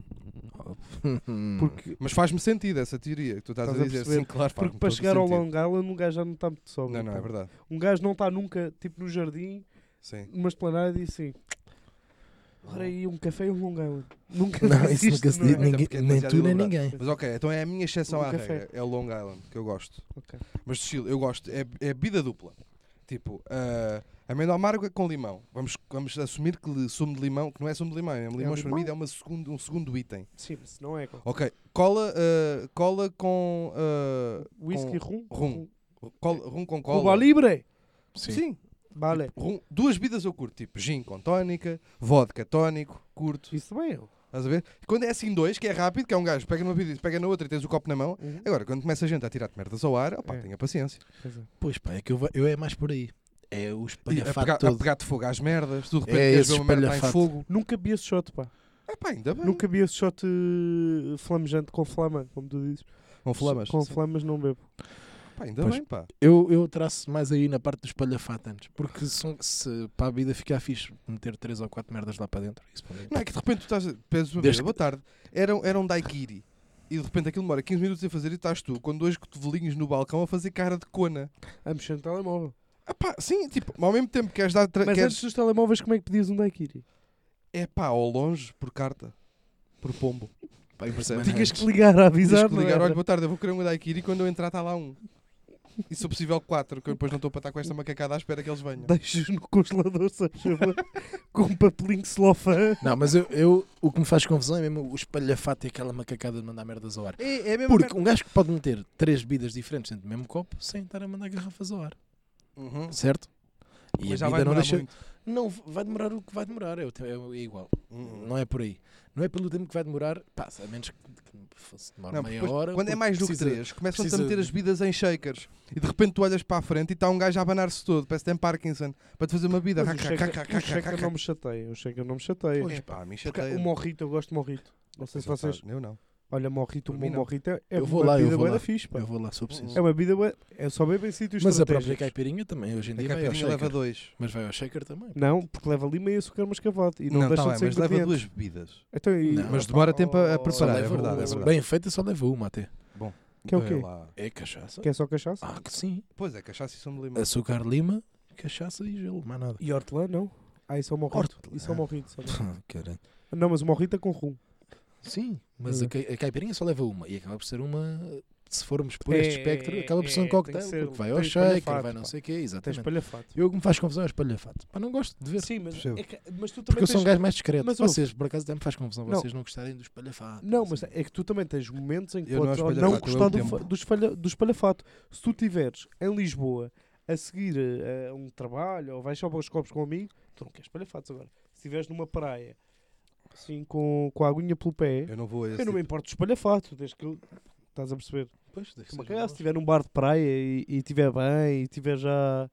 Porque, Mas faz-me sentido essa teoria que tu estás Estás a a dizer. perceber? Sim, claro. porque faz-me para todo chegar ao sentido. Long Island um gajo já não está muito sóbrio. Não, é pá. verdade. Um gajo não está nunca, tipo no jardim, Sim. numa esplanada e assim. Ora aí, um café e um Long Island. Nunca Não, diz isso isto, nunca se não diz. é? Até Ninguém, porque é nem demasiado tu nem elaborado. ninguém. Mas ok, então é a minha exceção Um à café. regra. É o Long Island, que eu gosto. Ok. Mas de estilo, eu gosto. É bebida dupla. Tipo, amêndoa amarga com limão. Vamos assumir que sumo de limão, que não é sumo de limão, é limão limão? espremido, é um segundo item. Sim, mas não é. Ok, cola com... Whisky, com rum. rum com cola. Cuba Libre. Sim. Vale. Rum. Duas bebidas eu curto, tipo gin com tónica, vodka tónico, curto. Isso também eu. Estás a ver? Quando é assim dois, que é rápido, que é um gajo, pega numa bebida, pega na outra e tens o copo na mão. Uhum. Agora, quando começa a gente a tirar-te merdas ao ar, opá, É. tenha paciência. Pois é. Pois pá, é que eu é mais por aí. É o E a espalhafato todo. pegar-te fogo às merdas, tu de repente É queres esse ver uma merda estar em espalhafato. fogo. Nunca vi esse shot, pá. Pá, ainda bem. Nunca vi esse shot flamejante com flama, como tu dizes. Com flamas. Com Sim. flamas não bebo. Pá, ainda Pois. bem, pá. Eu traço mais aí na parte do espalhafato antes. Porque se para a vida ficar fixe meter 3 ou 4 merdas lá para dentro, isso para mim. Não é que de repente tu estás, pedes uma Desde vida, boa tarde, era um daiquiri. E de repente aquilo demora 15 minutos a fazer e estás tu com dois cotovelinhos no balcão a fazer cara de cona. A mexer no telemóvel. Ah pá, sim, tipo, ao mesmo tempo queres dar... Mas queres... antes dos telemóveis, como é que pedias um daiquiri? É pá, ao longe, por carta. Por pombo. Pá, Percebes? Tinhas que ligar a avisar, Tens que não ligar, era? olha, boa tarde, eu vou querer um daiquiri e quando eu entrar está lá um. E se possível 4, que eu depois não estou para estar com esta macacada à espera que eles venham. Deixas no congelador, se chama, com um papelinho celofã. Não, mas o que me faz confusão é mesmo o espalhafato e aquela macacada de mandar merdas ao ar. É mesmo Porque um gajo que pode meter 3 bebidas diferentes dentro do mesmo copo sem estar a mandar garrafas ao ar. Uhum. Certo? E Mas a já vai vida não demorar deixa. muito. Não, vai demorar o que vai demorar, é igual. Não é por aí. Não é pelo tempo que vai demorar, pá, a menos que demore Não, meia depois, hora. quando é porque mais do que precisa- 3, começam-te a precisa meter de- as vidas em shakers e de repente tu olhas para a frente e está um gajo a abanar-se todo, parece que tem Parkinson, para te fazer uma vida. Mas o shaker não me chateia. O shaker não me chateia. Pois pá, a mim Porque chateia. o morrito, eu gosto de morrito. Não sei se vocês... Eu não. Olha, morrito, um Por bom mim não. morrito é Eu vou uma lá, eu bebida vou bué lá. da fixe, pá. Eu vou lá se eu preciso. É uma bebida bué... É só bebe em sítios Mas a própria estratégicos. caipirinha também, hoje em A dia vai ao caipirinha shaker. leva 2. Mas vai ao shaker também. Não, porque leva lima e açúcar mascavado. E não, Não, deixa tá de bem, ser mas leva ingredientes. 2 bebidas. Então, e... Não, Mas demora tempo a preparar, Só é leva verdade, uma. é verdade. Bem feita só leva uma até. Bom, Que é o quê? lá. É cachaça. Que é só cachaça? Ah, que sim. Pois é, cachaça e sumo de limão. Açúcar, lima, cachaça e gelo, mais nada. E hortelã, não? Ah, isso é o morrito. Hortelã. Isso é o morrito. Só. Caralho. Não, mas o morrito é com rum. Sim, mas Uhum. a caipirinha só leva uma. E acaba por ser uma. Se formos por este espectro, acaba por ser um tem cocktail. que ser- Porque vai ao tem shaker, espalhafato, vai não pá. sei o quê, Tem exatamente. espalhafato. Eu que me faz confusão é espalhafato. Pá, não gosto de ver. Sim, mas, Percebo. mas tu Porque também eu sou um tens... gajo mais discreto. Mas Vocês, por acaso, também me faz confusão Não. vocês não gostarem do espalhafato. Não, mas é que tu também tens momentos em que Eu não podes é ou não espalhafato, eu gostar é o do, tempo. do espalhafato. Se tu estiveres em Lisboa a seguir um trabalho ou vais só para os copos com um amigo, tu não queres espalhafatos agora. Se estiveres numa praia assim com a aguinha pelo pé, Eu não vou a esse eu não me tipo. importo do espalhafato, desde que estás a perceber. Pois, deve Uma ser calhar, se bom. estiver num bar de praia e estiver bem e estiver já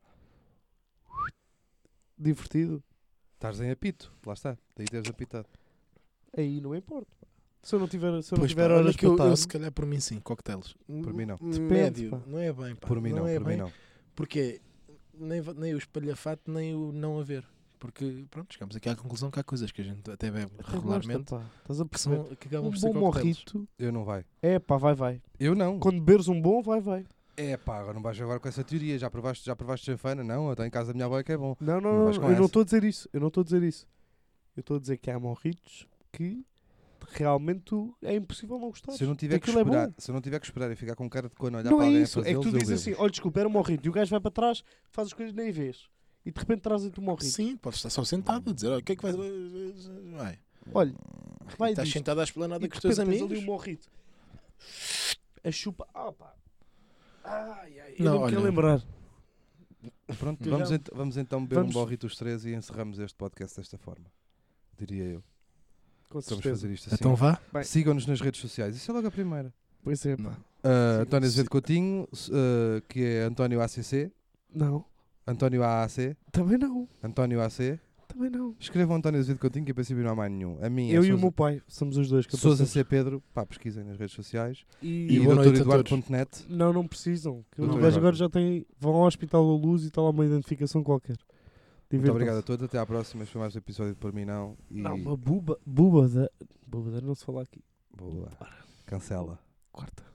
divertido, Estás em apito, lá está. Daí teres apitado. aí não me importa. Se eu não tiver, se eu não Pois, tiver pá, olha horas que eu, para eu, estar, se calhar por mim sim, cocktails. Por mim não. Médio, pá. não é bem, pá. Por mim não, é por mim bem, não. Porque nem o espalhafato, nem o não haver. Porque, pronto, chegamos aqui à conclusão que há coisas que a gente até bebe até regularmente gosta, pá. Estás a que, perceber? são, que acabam Um por ser bom cocktails. morrito, Eu não vai. é pá, vai. Eu não. Quando beberes um bom, vai. É pá, agora não vais agora com essa teoria. Já provaste chanfana? Não, eu estou em casa da minha avó que é bom. Não, Não vais com eu não essa. estou a dizer isso. Eu estou a dizer que há morritos que realmente é impossível não gostar. Se eu não tiver que Aquilo é esperar, bom. se eu não tiver que esperar e ficar com cara de quando olhar Não para é alguém isso, a é que fazê-los, tu eu dizes assim, bebo. olha, desculpa, era um morrito. E o gajo vai para trás, faz as coisas nem vês. E de repente trazem-te um morrito. Sim, podes estar só sentado a dizer, olha, o que é que vai? Olha, vai Estás disto. sentado à esplanada E com de os teus repente tens amigos. ali um morrito. A chupa. Ah, pá. Eu Não, não me quero olha, lembrar. Pronto, Tu vamos, já- vamos então beber vamos- um borrito os três e encerramos este podcast desta forma. Diria eu. Com Vamos certeza. fazer isto assim. Então vá. Bem. Sigam-nos nas redes sociais. Isso é logo a primeira. Pois é, pá. Não. António Sim. Azevedo Coutinho, que é António ACC, Não, António AAC, também não. António AC. Também não. Escrevam António Azevedo Coutinho, que em princípio não há mais nenhum. A minha Eu é e o meu pai somos os dois que Sousa aparecemos. C. Pedro. Pá, pesquisem nas redes sociais. E, E boa noite a doutoreduardo.net. não precisam. Que Muito o gajo obrigado. agora já tem. Vão ao Hospital da Luz e está lá uma identificação qualquer. Muito Divirtam-se. obrigado a todos. Até à próxima. Este foi mais um episódio de Por Mim Não. E... Não, uma buba não se fala aqui. Boa. Cancela. Quarta.